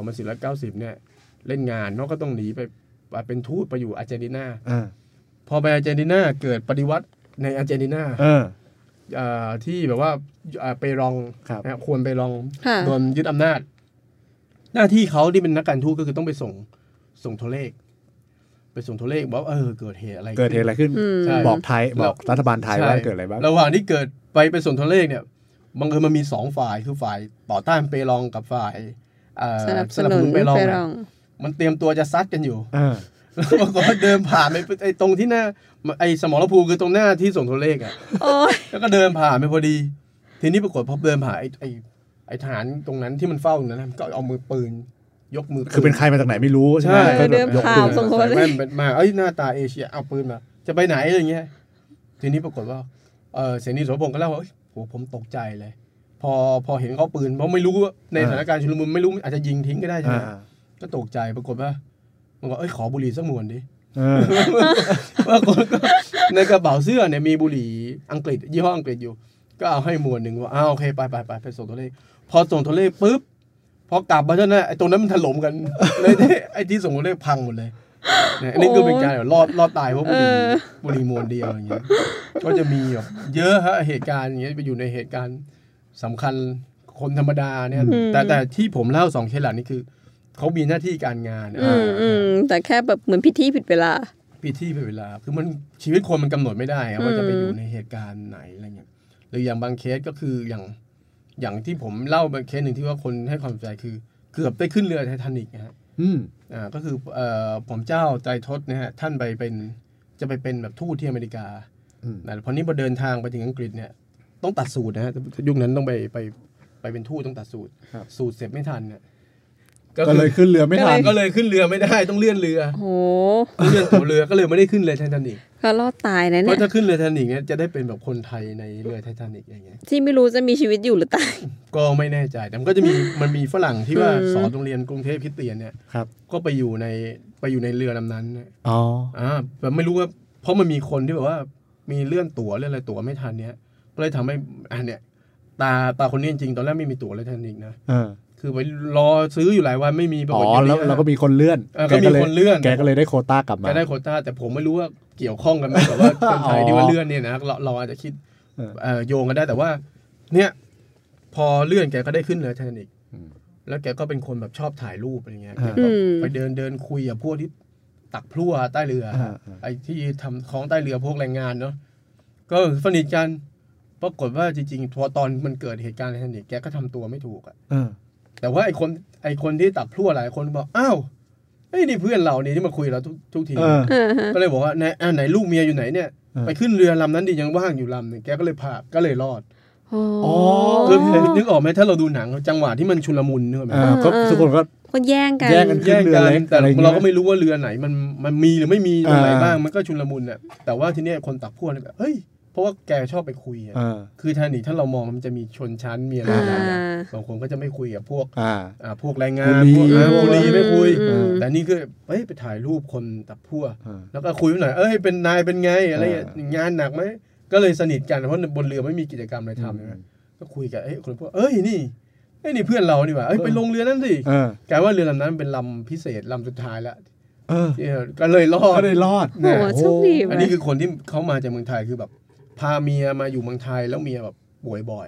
2490เนี่ยเล่นงานเขาก็ต้องหนีไปเป็นทูตไปอยู่อาร์เจนตินาพอไปอาร์เจนตินาเกิดปฏิวัติในอาร์เจนตินาที่แบบว่าไปรองควรไปรองโดนยึดอำนาจหน้าที่เขาที่เป็นนักการทูตก็คือต้องไปส่งโทรเลขไปส่งโทรเลขบอกเกิดเหตุอะไรขึ้นบอกไทยบอกรัฐบาลไทยว่าเกิดอะไรบ้างระหว่างที่เกิดไปส่งโทรเลขเนี่ยบังเอิญมันมี2ฝ่ายคือฝ่ายต่อต้านเปรองกับฝ่ายสนับสนุนเปรองมันเตรียมตัวจะซัดกันอยู่แล้วก็เดินผ่านไปไอ้ตรงที่หน้าไอ้สมรภูมิคือตรงหน้าที่ส่งโทรเลขอ่ะแล้วก็เดินผ่านไปพอดีทีนี้ปรากฏพอเดินผ่านไอ้ทหารตรงนั้นที่มันเฝ้าอยู่นั้นก็เอามือปืนยกมือคือเป็นใครมาจากไหนไม่รู้ใช่ไหมเดินผ่านส่งโทรเลขมาหน้าตาเอเชียเอาปืนมาจะไปไหนอะไรเงี้ยทีนี้ปรากฏว่าเสนีโสพงษ์ก็เล่าว่าโหผมตกใจเลยพอเห็นเขาปืนเพราะไม่รู้ว่าในสถานการณ์ชุลมุนไม่รู้อาจจะยิงทิ้งก็ได้ใช่ไหมก็ตกใจปรากฏว่ามันก็ขอบุหรี่สักมวนดิปรากฏก็ในกระเป๋าเสื้อเนี่ยมีบุหรี่อังกฤษยี่ห้ออังกฤษอยู่ก็เอาให้มวนหนึ่งว่าโอเคไปส่งตัวเลขพอส่งตัวเลขปุ๊บพอกลับมาเท่านั้นไอ้ตรงนั้นมันถล่มกันเลยไอ้ที่ส่งตัวเลขพังหมดเลยอันนี้ก็เป็นการรอดตายเพราะบุหรี่มวนเดียวอย่างเงี้ยก็จะมีแบบเยอะฮะเหตุการณ์อย่างเงี้ยไปอยู่ในเหตุการณ์สำคัญคนธรรมดาเนี่ยแต่ที่ผมเล่า2เคสหลังนี่คือเขามีหน้าที่การงานแต่แค่แบบเหมือนพิธีผิดเวลาคือมันชีวิตคนมันกำหนดไม่ได้ว่าจะไปอยู่ในเหตุการณ์ไหนอะไรเงี้ยหรืออย่างบางเคสก็คืออย่างที่ผมเล่าบางเคสหนึ่งที่ว่าคนให้ความสนใจคือเกือบได้ขึ้นเรือไททานิคนะฮะก็คือผมเจ้าใจทศนะฮะท่านไปเป็นแบบทูตที่อเมริกาแต่พอนี้พอเดินทางไปถึงอังกฤษเนี่ยต้องตัดสูตรนะฮะยุคนั้นต้องไปเป็นทูตต้องตัดสูตรเสร็จไม่ทันเนี่ยก็เลยขึ้นเรือไม่ทันก็เลยขึ้นเรือไม่ได้ต้องเลื่อนเรือโอ้เลื่อนตัวเรือก็เลยไม่ได้ขึ้นเรือไททานิคก็รอดตายนะเนี่ยเพราะถ้าขึ้นเรือไททานิคเนี่ยจะได้เป็นแบบคนไทยในเรือไททานิคอย่างเงี้ยที่ไม่รู้จะมีชีวิตอยู่หรือตายก็ไม่แน่ใจแต่มันก็จะมีฝรั่งที่ว่าสอนโรงเรียนกรุงเทพคริสเตียนเนี่ยก็ไปอยู่ในเรือลำนั้นแบบไม่รู้ว่าเพราะมันมีคนที่แบบว่ามีเลื่อนตั๋วเรื่องอะไรตั๋วไม่ทันเนี้ยก็เลยทำให้เนี่ยตาคนนี้จริงๆตอนแรกไม่มีตั๋วเลยไททานิคนะคือไปรอซื้ออยู่หลายวันไม่มีปรากฏแล้วเราก็มีคนเลื่อนก็มีคนเลื่อนแกก็เลยได้โควต้ากลับมาแกได้โควต้าแต่ผมไม่รู้ว่าเกี่ยวข้องกันไหมกับว่าคนไทยที่ว่าเลื่อนเนี่ยนะเราอาจจะคิดโยงกันได้แต่ว่าเนี่ยพอเลื่อนแกก็ได้ขึ้นเลยไททานิคแล้วแกก็เป็นคนแบบชอบถ่ายรูปอะไรเงี้ยไปเดินคุยกับพวกที่ตักพลั่วใต้เรือไอ้ที่ทำของใต้เรือพวกแรงงานเนาะก็สนิทกันปรากฏว่าจริงๆพอตอนมันเกิดเหตุการณ์ไททานิคแกก็ทำตัวไม่ถูกอ่ะแต่ว่าไอ้คนที่ตักพลั่วหลายคนบอกอ้าวนี่เพื่อนเรานี่ที่มาคุยเราทุกทีก็เลยบอกว่าไหนลูกเมียอยู่ไหนเนี่ยไปขึ้นเรือลำนั้นดิยังว่างอยู่ลำนึงแกก็เลยพาก็เลยรอดคือนึกออกไหมถ้าเราดูหนังจังหวะที่มันชุลมุนนึกออกไหมก็ทุกคนก็แย่งกันแต่เราก็ไม่รู้ว่าเรือไหนมันมีหรือไม่มีตรงไหนบ้างมันก็ชุลมุนอ่ะแต่ว่าทีนี้คนตักพลั่วเนี่ยเฮ้ยเพราะว่าแกชอบไปคุยคือไททานิคถ้าเรามองมันจะมีชนชั้นมีอะไรบางคนก็จะไม่คุยกับพวกแรงงานพวกบุรีไม่คุยแต่นี่คือไปถ่ายรูปคนตักพลั่วแล้วก็คุยหน่อยเป็นนายเป็นไงอะไรงานหนักไหมก็เลยสนิทกันเพราะบนเรือไม่มีกิจกรรมอะไรทำก็คุยกันคนพวกนี่เพื่อนเรานี่หว่าไปลงเรือนั่นสิกลายว่าเรือลำนั้นเป็นลำพิเศษลำสุดท้ายแล้วก็เลยรอดโอ้โชคดีอันนี้คือคนที่เขามาจากเมืองไทยคือแบบพาเมียมาอยู่เมืองไทยแล้วเมียแบบป่วยบ่อย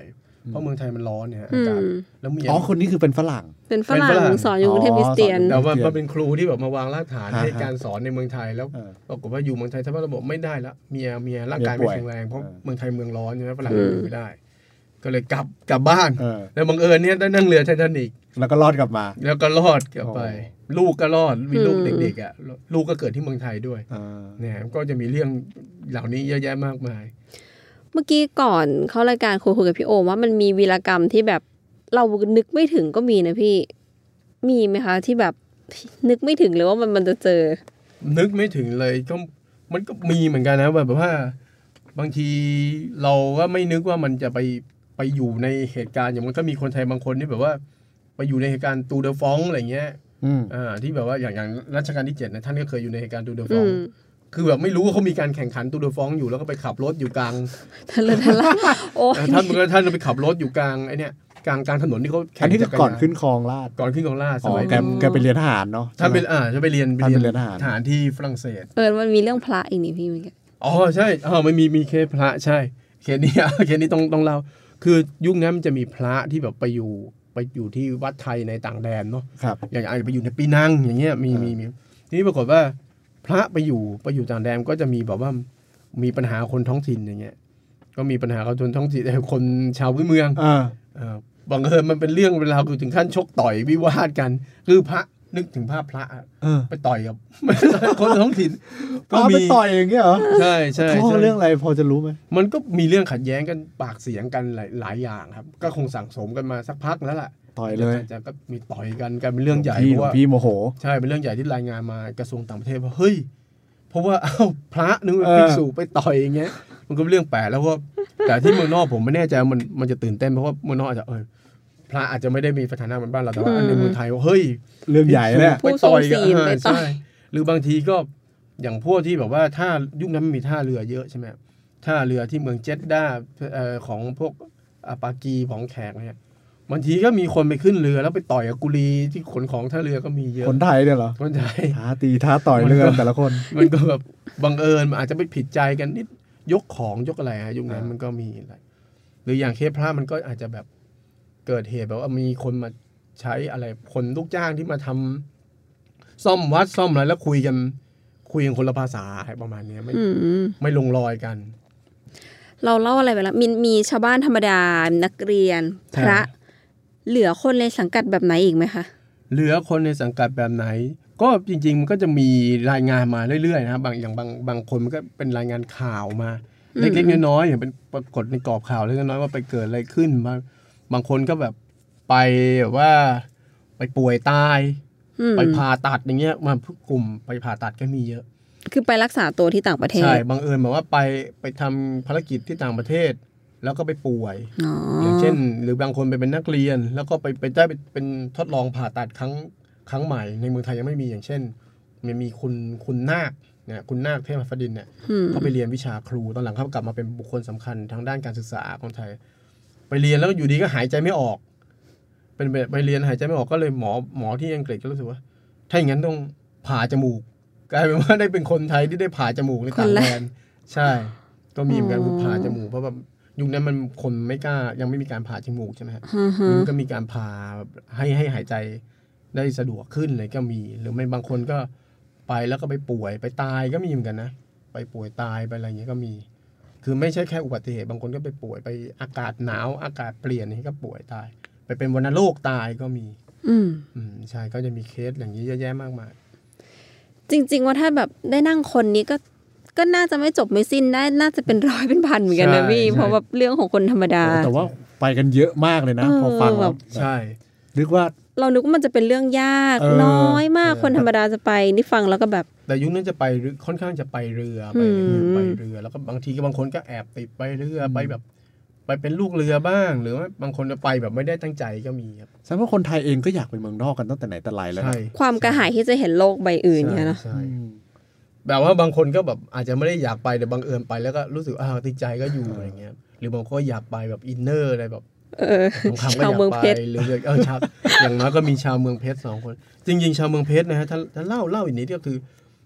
เพราะเมืองไทยมันร้อนเนี่ยอากาศแล้วเมียคนนี้คือเป็นฝรั่งสอนอยู่กรุงเทพคริสเตียนแต่ว่าเป็นครูที่แบบมาวางรากฐานให้การสอนในเมืองไทยแล้วปรากฏว่าอยู่เมืองไทยถ้าระบบไม่ได้ละเมียร่างกายไม่แข็งแรงเพราะเมืองไทยเมืองร้อนใช่ไหมฝรั่งอยู่ไม่ได้ก็เลยกลับบ้านแล้วบังเอิญเนี่ยได้นั่งเรือไททานิคแล้วก็รอดกลับมาแล้วก็รอดกลับไปลูกก็รอดมีลูกเด็กๆอ่ะลูกก็เกิดที่เมืองไทยด้วยเนี่ยก็จะมีเรื่องเหล่านี้เยอะแยะมากมายเมื่อกี้ก่อนเข้ารายการคุยกับพี่โอว่ามันมีวีรกรรมที่แบบเรานึกไม่ถึงก็มีนะพี่มีไหมคะที่แบบนึกไม่ถึงเลยว่ามันจะเจอนึกไม่ถึงเลยก็มันก็มีเหมือนกันนะแบบว่าบางทีเราก็ไม่นึกว่ามันจะไปอยู่ในเหตุการณ์อย่างมันก็มีคนไทยบางคนที่แบบว่าไปอยู่ในเหตุการณ์ตูเดอฟองอะไรเงี้ยที่แบบว่าอย่างรัชกาลที่7นะท่านก็เคยอยู่ในเหตุการณ์ตูเดอฟองคือแบบไม่รู้ว่าเขามีการแข่งขันตูเดอฟองอยู่แล้วก็ไปขับรถอยู่กลางท่านไปขับรถอยู่กลางไอ้นี่กลางถนนที่เขาแข่งจักรยานก่อนขึ้นคลองลาดสมัยแกไปเรียนทหารเนาะท่านเป็นจะไปเรียนทหารที่ฝรั่งเศสมันมีเรื่องพระอีกนี่พี่มั้ยใช่มันมีเคสพระใช่เคสนี้ต้องเล่าคือยุคนั้นมันจะมีพระที่แบบไปอยู่ที่วัดไทยในต่างแดนเนาะอย่างอาจจะไปอยู่ในปีนังอย่างเงี้ยมีทีนี้ปรากฏว่าพระไปอยู่ต่างแดนก็จะมีแบบว่ามีปัญหาคนท้องถิ่นอย่างเงี้ยก็มีปัญหากับคนท้องถิ่นคนชาวพื้นเมืองบังเอิญมันเป็นเรื่องเวลาคือถึงขั้นชกต่อยวิวาทกันคือพระนึกถึงภาพพระไปต่อยกับคนท้องถิ่นก็มีต่อยอย่างเงี้ยเหรอใช่เรื่องอะไรพอจะรู้ไหมมันก็มีเรื่องขัดแย้งกันปากเสียงกันหลายอย่างครับก็คงสั่งสมกันมาสักพักแล้วล่ะต่อยเลยจะก็มีต่อยกันเป็นเรื่องใหญ่เพราะว่าพี่โมโหใช่เป็นเรื่องใหญ่ที่รายงานมากระทรวงต่างประเทศว่าเฮ้ยเพราะว่าพระนึกว่าภิกษุไปต่อยอย่างเงี้ยมันก็เรื่องแปลกแล้วว่าแต่ที่เมืองนอกผมไม่แน่ใจมันจะตื่นเต้นเพราะว่าเมืองนอกอาจจะพระอาจจะไม่ได้มีสถานะเหมือนบ้านเราแต่ว่าในเมืองไทยว่าเฮ้ยเรื่องใหญ่เนี่ยไปต่อยกันใช่หรือบางทีก็อย่างพวกที่แบบว่าถ้ายุคนั้นมีท่าเรือเยอะใช่ไหมท่าเรือที่เมืองเจดด้าของพวกปากีของแขกเนี่ยบางทีก็มีคนไปขึ้นเรือแล้วไปต่อยกับกุลีที่ขนของท่าเรือก็มีเยอะคนไทยเนี่ยเหรอคนไทยท้าต่อยเรือแต่ละคนมันก็แบบบังเอิญอาจจะไปผิดใจกันนิดยกของยกอะไรยุคนั้นมันก็มีอะไรหรืออย่างเคสพระมันก็อาจจะแบบเกิดเหตุแบบว่ามีคนมาใช้อะไรคนลูกจ้างที่มาทำซ่อมวัดซ่อมอะไรแล้วคุยกันคนละภาษาประมาณนี้ไม่ลงรอยกันเราเล่าอะไรไปแล้วมีชาวบ้านธรรมดานักเรียนพระเหลือคนในสังกัดแบบไหนอีกไหมคะเหลือคนในสังกัดแบบไหนก็จริงๆมันก็จะมีรายงานมาเรื่อยๆนะครับบางคนมันก็เป็นรายงานข่าวมาเล็กๆน้อยๆอย่างเป็นปรากฏในกรอบข่าวเล็กๆน้อยๆว่าไปเกิดอะไรขึ้นบางคนก็แบบไปแบบว่าไปป่วยตายไปผ่าตัดอย่างเงี้ยมากลุ่มไปผ่าตัดก็มีเยอะคือไปรักษาตัวที่ต่างประเทศใช่บังเอิญแบบว่าไปทำภารกิจที่ต่างประเทศแล้วก็ไปป่วยอย่างเช่นหรือบางคนไปเป็นนักเรียนแล้วก็ไปได้เป็นทดลองผ่าตัดครั้งใหม่ในเมืองไทยยังไม่มีอย่างเช่นมันมีคุณนาคเนี่ยคุณนาคเทพหัสดินเนี่ยเขาไปเรียนวิชาครูตอนหลังเขากลับมาเป็นบุคคลสำคัญทางด้านการศึกษาของไทยไปเรียนแล้วอยู่ดีก็หายใจไม่ออกเป็นไปเรียนหายใจไม่ออกก็เลยหมอที่อังกฤษก็รู้สึกว่าถ้าอย่างนั้นต้องผ่าจมูกกลายเป็นว่าได้เป็นคนไทยที่ได้ผ่าจมูกในต่างแดนใช่ก็มีเหมือนกันคือผ่าจมูกเพราะว่ายุคนั้นมันคนไม่กล้ายังไม่มีการผ่าจมูกใช่ไหมฮะมันก็มีการผ่าให้หายใจได้สะดวกขึ้นเลยก็มีหรือไม่บางคนก็ไปแล้วก็ไปป่วยไปตายก็มีเหมือนกันนะไปป่วยตายไปอะไรอย่างเงี้ยก็มีคือไม่ใช่แค่อุบัติเหตุบางคนก็ไปป่วยไปอากาศหนาวอากาศเปลี่ยนนี่ก็ป่วยตายไปเป็นวัณโรคตายก็มีใช่ก็จะมีเคสอย่างนี้เยอะแยะมากมายจริงๆว่าถ้าแบบได้นั่งคนนี้ก็น่าจะไม่จบไม่สิ้นได้น่าจะเป็นร้อยเป็นพันเหมือนกันนะพี่เพราะว่าเรื่องของคนธรรมดาแต่ว่าไปกันเยอะมากเลยนะพอฟังแล้วใช่นึกว่ามันจะเป็นเรื่องยากน้อยมากคนธรรมดาจะไปนี่ฟังแล้วก็แบบแต่ยุคนั้นจะไปค่อนข้างจะไปเรือไปเรือแล้วก็บางทีก็บางคนก็แอบติดไปเรือไปแบบไปเป็นลูกเรือบ้างหรือว่าบางคนจะไปแบบไม่ได้ตั้งใจก็มีครับแสดงว่าคนไทยเองก็อยากไปเมืองนอกกันตั้งแต่ไหนแต่ไรแล้วความกระหายที่จะเห็นโลกใบอื่นเนี่ยนะแบบว่าบางคนก็แบบอาจจะไม่ได้อยากไปแต่บังเอิญไปแล้วก็รู้สึกติดใจก็อยู่อะไรเงี้ยหรือบางคนอยากไปแบบอินเนอร์อะไรแบบชาวเมืองเพชรหรือชาวอย่างน้อยก็มีชาวเมืองเพชร2คนจริงๆชาวเมืองเพชรนะฮะถ้าเล่าอีกนิดก็คือ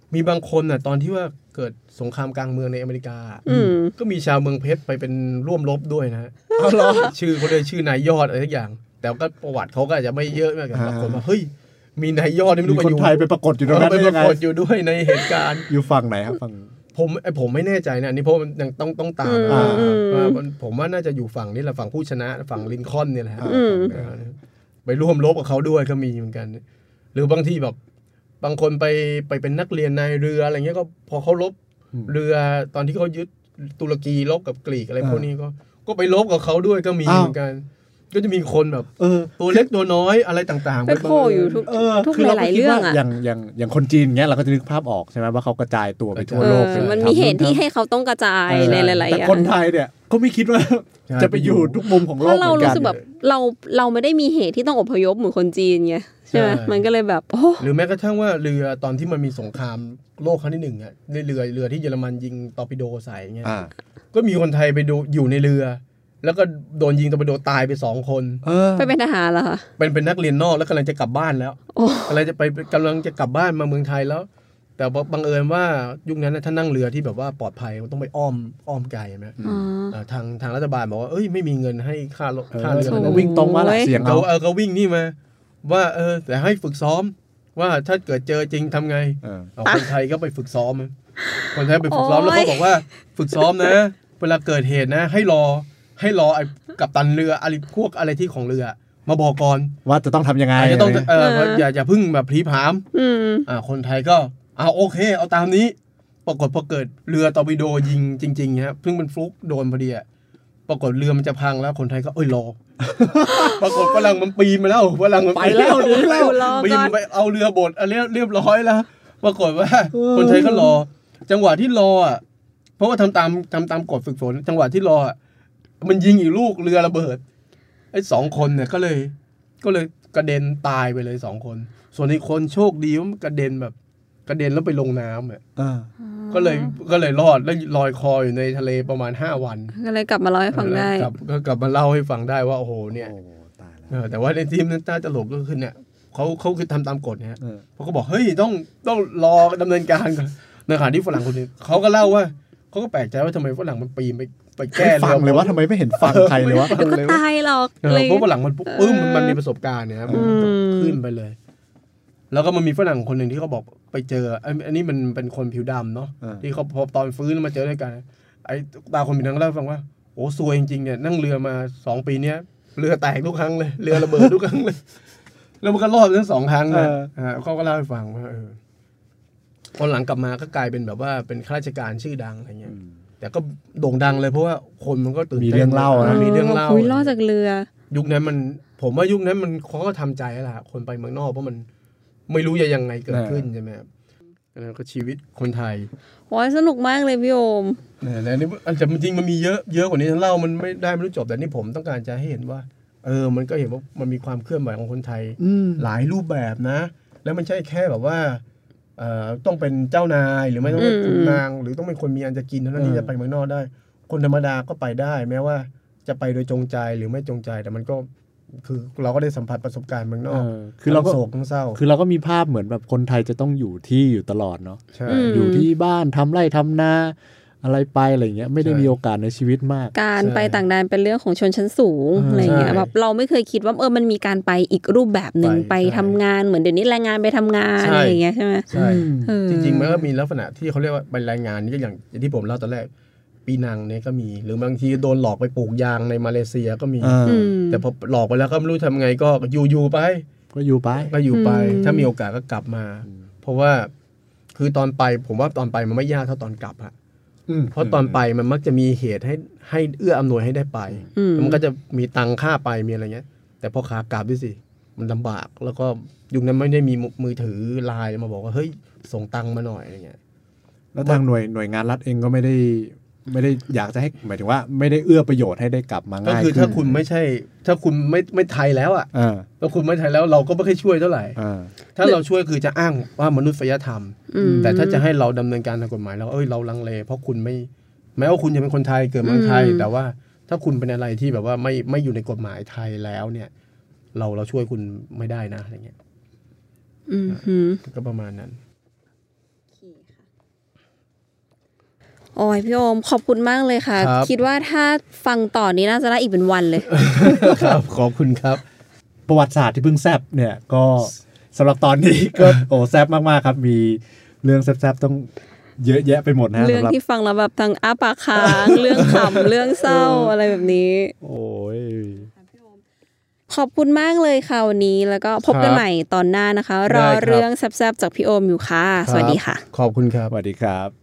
มีบางคนน่ะตอนที่ว่าเกิดสงครามกลางเมืองในอเมริกาก็มีชาวเมืองเพชรไปเป็นร่วมรบด้วยนะเอาเหรอชื่อเขาเลยชื่อนายยอดอะไรทุกอย่างแต่ก็ประวัติเขาก็อาจจะไม่เยอะมากบางคนว่าเฮ้ยมีนายยอดนี่ไม่รู้มีคนไทยไปปรากฏอยู่ตรงนั้นไปปรากฏอยู่ด้วยในเหตุการณ์อยู่ฝั่งไหนครับฝั่งผมไม่แน่ใจนะนี่เพราะมันยังต้องตามผมว่าน่าจะอยู่ฝั่งนี้แหละฝั่งผู้ชนะฝั่งลินคอล์นเนี่ยแหละไปร่วมรบกับเขาด้วยก็มีเหมือนกันหรือบางที่แบบบางคนไปเป็นนักเรียนในเรืออะไรเงี้ยก็พอเขารบเรือตอนที่เขายึดตุรกีรบกับกรีกอะไรพวกนี้ก็ไปรบกับเขาด้วยก็มีเหมือนกันก็จะมีคนแบบตัวเล็กตัวน้อยอะไรต่างๆไปโผล่อยู่ทุกหลายๆเรื่องอ่ะอย่างคนจีนเงี้ยเราก็จะนึกภาพออกใช่ไหมว่าเขากระจายตัวไปทั่วโลกมันมีเหตุที่ให้เขาต้องกระจายในหลายๆอย่างแต่คนไทยเนี่ยก็ไม่คิดว่าจะไปอยู่ทุกมุมของโลกเหมือนกันเรารู้สึกแบบเราไม่ได้มีเหตุที่ต้องอพยพเหมือนคนจีนไงใช่ไหมมันก็เลยแบบหรือแม้กระทั่งว่าเรือตอนที่มันมีสงครามโลกครั้งที่1อ่ะในเรือที่เยอรมันยิงตอร์ปิโดใส่เงี้ยก็มีคนไทยไปดูอยู่ในเรือแล้วก็โดนยิงตอร์ปิโดตายไป2 คนไปเป็นทหารเหรอคะเป็นนักเรียนนอกแล้วกำลังจะกลับบ้านแล้วกำลังจะกลับบ้านมาเมืองไทยแล้วแต่บังเอิญว่ายุคนั้นถ้านั่งเรือที่แบบว่าปลอดภัยต้องไปอ้อมไกลไหมทางรัฐบาลบอกว่าไม่มีเงินให้ค่าเรือแล้ววิ่งตรงมาละเสียงเขาวิ่งนี่มาว่าแต่ให้ฝึกซ้อมว่าถ้าเกิดเจอจริงทำไงคนไทยก็ไปฝึกซ้อมคนไทยไปฝึกซ้อมแล้วเขาบอกว่าฝึกซ้อมนะเวลาเกิดเหตุนะให้รอไอ้กัปตันเรืออะไรพวกอะไรที่ของเรือมาบอกก่อนว่าจะต้องทำยังไงจะต้องอย่าพึ่งแบบพลีผามคนไทยก็โอเคเอาตามนี้ปรากฏพอเกิดเรือตอร์ปิโดยิงจริงๆฮะเพิ่งเป็นฟลุกโดนพอดีปรากฏเรือมันจะพังแล้วคนไทยก็รอปรากฏฝรั่งมันปีนมาแล้วฝรั่งมันไปแล้วปีนไปเอาเรือบดอะไรเรียบร้อยแล้วปรากฏว่าคนไทยก็รอจังหวะที่รอเพราะว่าทำตามกฎฝึกฝนจังหวะที่รอมันยิงอีกลูกเรือระเบิดไอ้2 คนเนี่ยก็เลยกระเด็นตายไปเลย2 คนส่วนอีกคนโชคดีว่ากระเด็นแล้วไปลงน้ำก็เลยรอดแล้วลอยคออยู่ในทะเลประมาณ5 วันก็เลยกลับมาเล่าให้ฟังได้ก็กลับมาเล่าให้ฟังได้ว่าโอ้โหเนี่ยแต่ว่าในทีมนั้นน่าจะหลบก็คือเนี่ยเขาคือทำตามกฎเนี่ยเพราะเขาบอกเฮ้ยต้องรอดำเนินการก่อนในขณะที่ฝรั่งคนนี้เขาก็เล่าว่าเขาก็แปลกใจว่าทำไมฝรั่งมันปีนไปแก้ฟังเลยว่าทำไมไม่เห็นฟังใครเลยวะก็ตายหรอกเพราะฝรั่งมันมันมีประสบการณ์เนี่ยมันขึ้นไปเลยแล้วก็มันมีฝรั่งคนหนึ่งที่เขาบอกไปเจออันนี้มันเป็นคนผิวดำเนาะที่เขาพอตอนฟื้นมาเจอด้วยกันไอ้ตาคนผิวดำเล่าให้ฟังว่าโอ้ซวยจริงๆเนี่ยนั่งเรือมา2 ปีเนี้ยเรือแตกทุกครั้งเลยเรือระเบิดทุกครั้งเลยแล้วมันก็รอดทั้ง2 ครั้งเลยเขาก็เล่าให้ฟังว่าตอนหลังกลับมาก็กลายเป็นแบบว่าเป็นข้าราชการชื่อดังอะไรเงี้ยแต่ก็โด่งดังเลยเพราะว่าคนมันก็ตื่นเต้นมีเรื่องเล่ารอดจากเรือยุคนั้นผมว่ายุคนั้นมันเขาก็ทำใจแล้วล่ะคนไปเมืองนอกเพราะมันไม่รู้จะยังไงเกิดขึ้นใช่ไหมครับแล้วก็ชีวิตคนไทยโอ้ยสนุกมากเลยพี่โอมแต่นี่แต่จริงมันมีเยอะกว่านี้ทั้งเล่ามันไม่รู้จบแต่นี่ผมต้องการจะให้เห็นว่ามันก็เห็นว่ามันมีความเคลื่อนไหวของคนไทยหลายรูปแบบนะแล้วมันใช่แค่แบบว่าต้องเป็นเจ้านายหรือไม่ต้องเป็นขุนนางหรือต้องเป็นคนมีอันจะกินเท่านั้นที่จะไปเมืองนอกได้คนธรรมดาก็ไปได้แม้ว่าจะไปโดยจงใจหรือไม่จงใจแต่มันก็คือเราก็ได้สัมผัสประสบการณ์เมืองนอกคือเราก็โศกทั้งเศร้าคือเราก็มีภาพเหมือนแบบคนไทยจะต้องอยู่ตลอดเนาะอยู่ที่บ้านทำไร่ทำนาอะไรไปอะไรเงี้ยไม่ได้มีโอกาสในชีวิตมากการไปต่างแดนเป็นเรื่องของชนชั้นสูงอะไรเงี้ยแบบเราไม่เคยคิดว่ามันมีการไปอีกรูปแบบนึงไปทำงานเหมือนเดี๋ยวนี้แรงงานไปทำงานอะไรอย่างเงี้ยใช่ไหมใช่จริงๆมันก็มีลักษณะที่เขาเรียกว่าไปแรงงานนี่ก็อย่างที่ผมเล่าตอนแรกปีนังเนี่ยก็มีหรือบางทีโดนหลอกไปปลูกยางในมาเลเซียก็มีแต่พอหลอกไปแล้วก็ไม่รู้ทำไงก็อยู่ไปถ้ามีโอกาสก็กลับมาเพราะว่าคือตอนไปผมว่าตอนไปมันไม่ยากเท่าตอนกลับอะเพราะตอนไปมันมักจะมีเหตุให้เอื้ออำนวยให้ได้ไปมันก็จะมีตังค่าไปมีอะไรเงี้ยแต่พอขากลับด้วยสิมันลำบากแล้วก็ยุคนั้นไม่ได้มีมือถือไลน์มาบอกว่าเฮ้ยส่งตังมาหน่อยอะไรเงี้ยแล้วทางหน่วยงานรัฐเองก็ไม่ได้อยากจะให้หมายถึงว่าไม่ได้เอื้อประโยชน์ให้ได้กลับมาง่ายก็คือถ้าคุณไม่ไทยแล้วถ้าคุณไม่ไทยแล้วเราก็ไม่ค่อยช่วยเท่าไหร่ถ้าเราช่วยคือจะอ้างว่ามนุษยธรรมแต่ถ้าจะให้เราดำเนินการทางกฎหมายเราเราลังเลเพราะคุณไม่แม้ว่าคุณจะเป็นคนไทยเกิดเมืองไทยแต่ว่าถ้าคุณเป็นอะไรที่แบบว่าไม่อยู่ในกฎหมายไทยแล้วเนี่ยเราช่วยคุณไม่ได้นะอะไรเงี้ยก็ประมาณนั้นโอ้ยพี่โอมขอบคุณมากเลยค่ะคิดว่าถ้าฟังต่อนี้น่าจะได้อีกเป็นวันเลยครับขอบคุณครับประวัติศาสตร์ที่เพิ่งแซบเนี่ยก็สำหรับตอนนี้ก็โอ้แซบมากๆครับมีเรื่องแซบๆต้องเยอะแยะไปหมดนะเรื่องที่ฟังแล้วแบบทั้งอ้าปากค้างเรื่องขำเรื่องเศร้าอะไรแบบนี้โอ้ยขอบคุณมากเลยค่ะวันนี้แล้วก็พบกันใหม่ตอนหน้านะคะรอเรื่องแซบๆจากพี่โอมอยู่ค่ะสวัสดีค่ะขอบคุณครับสวัสดีครับ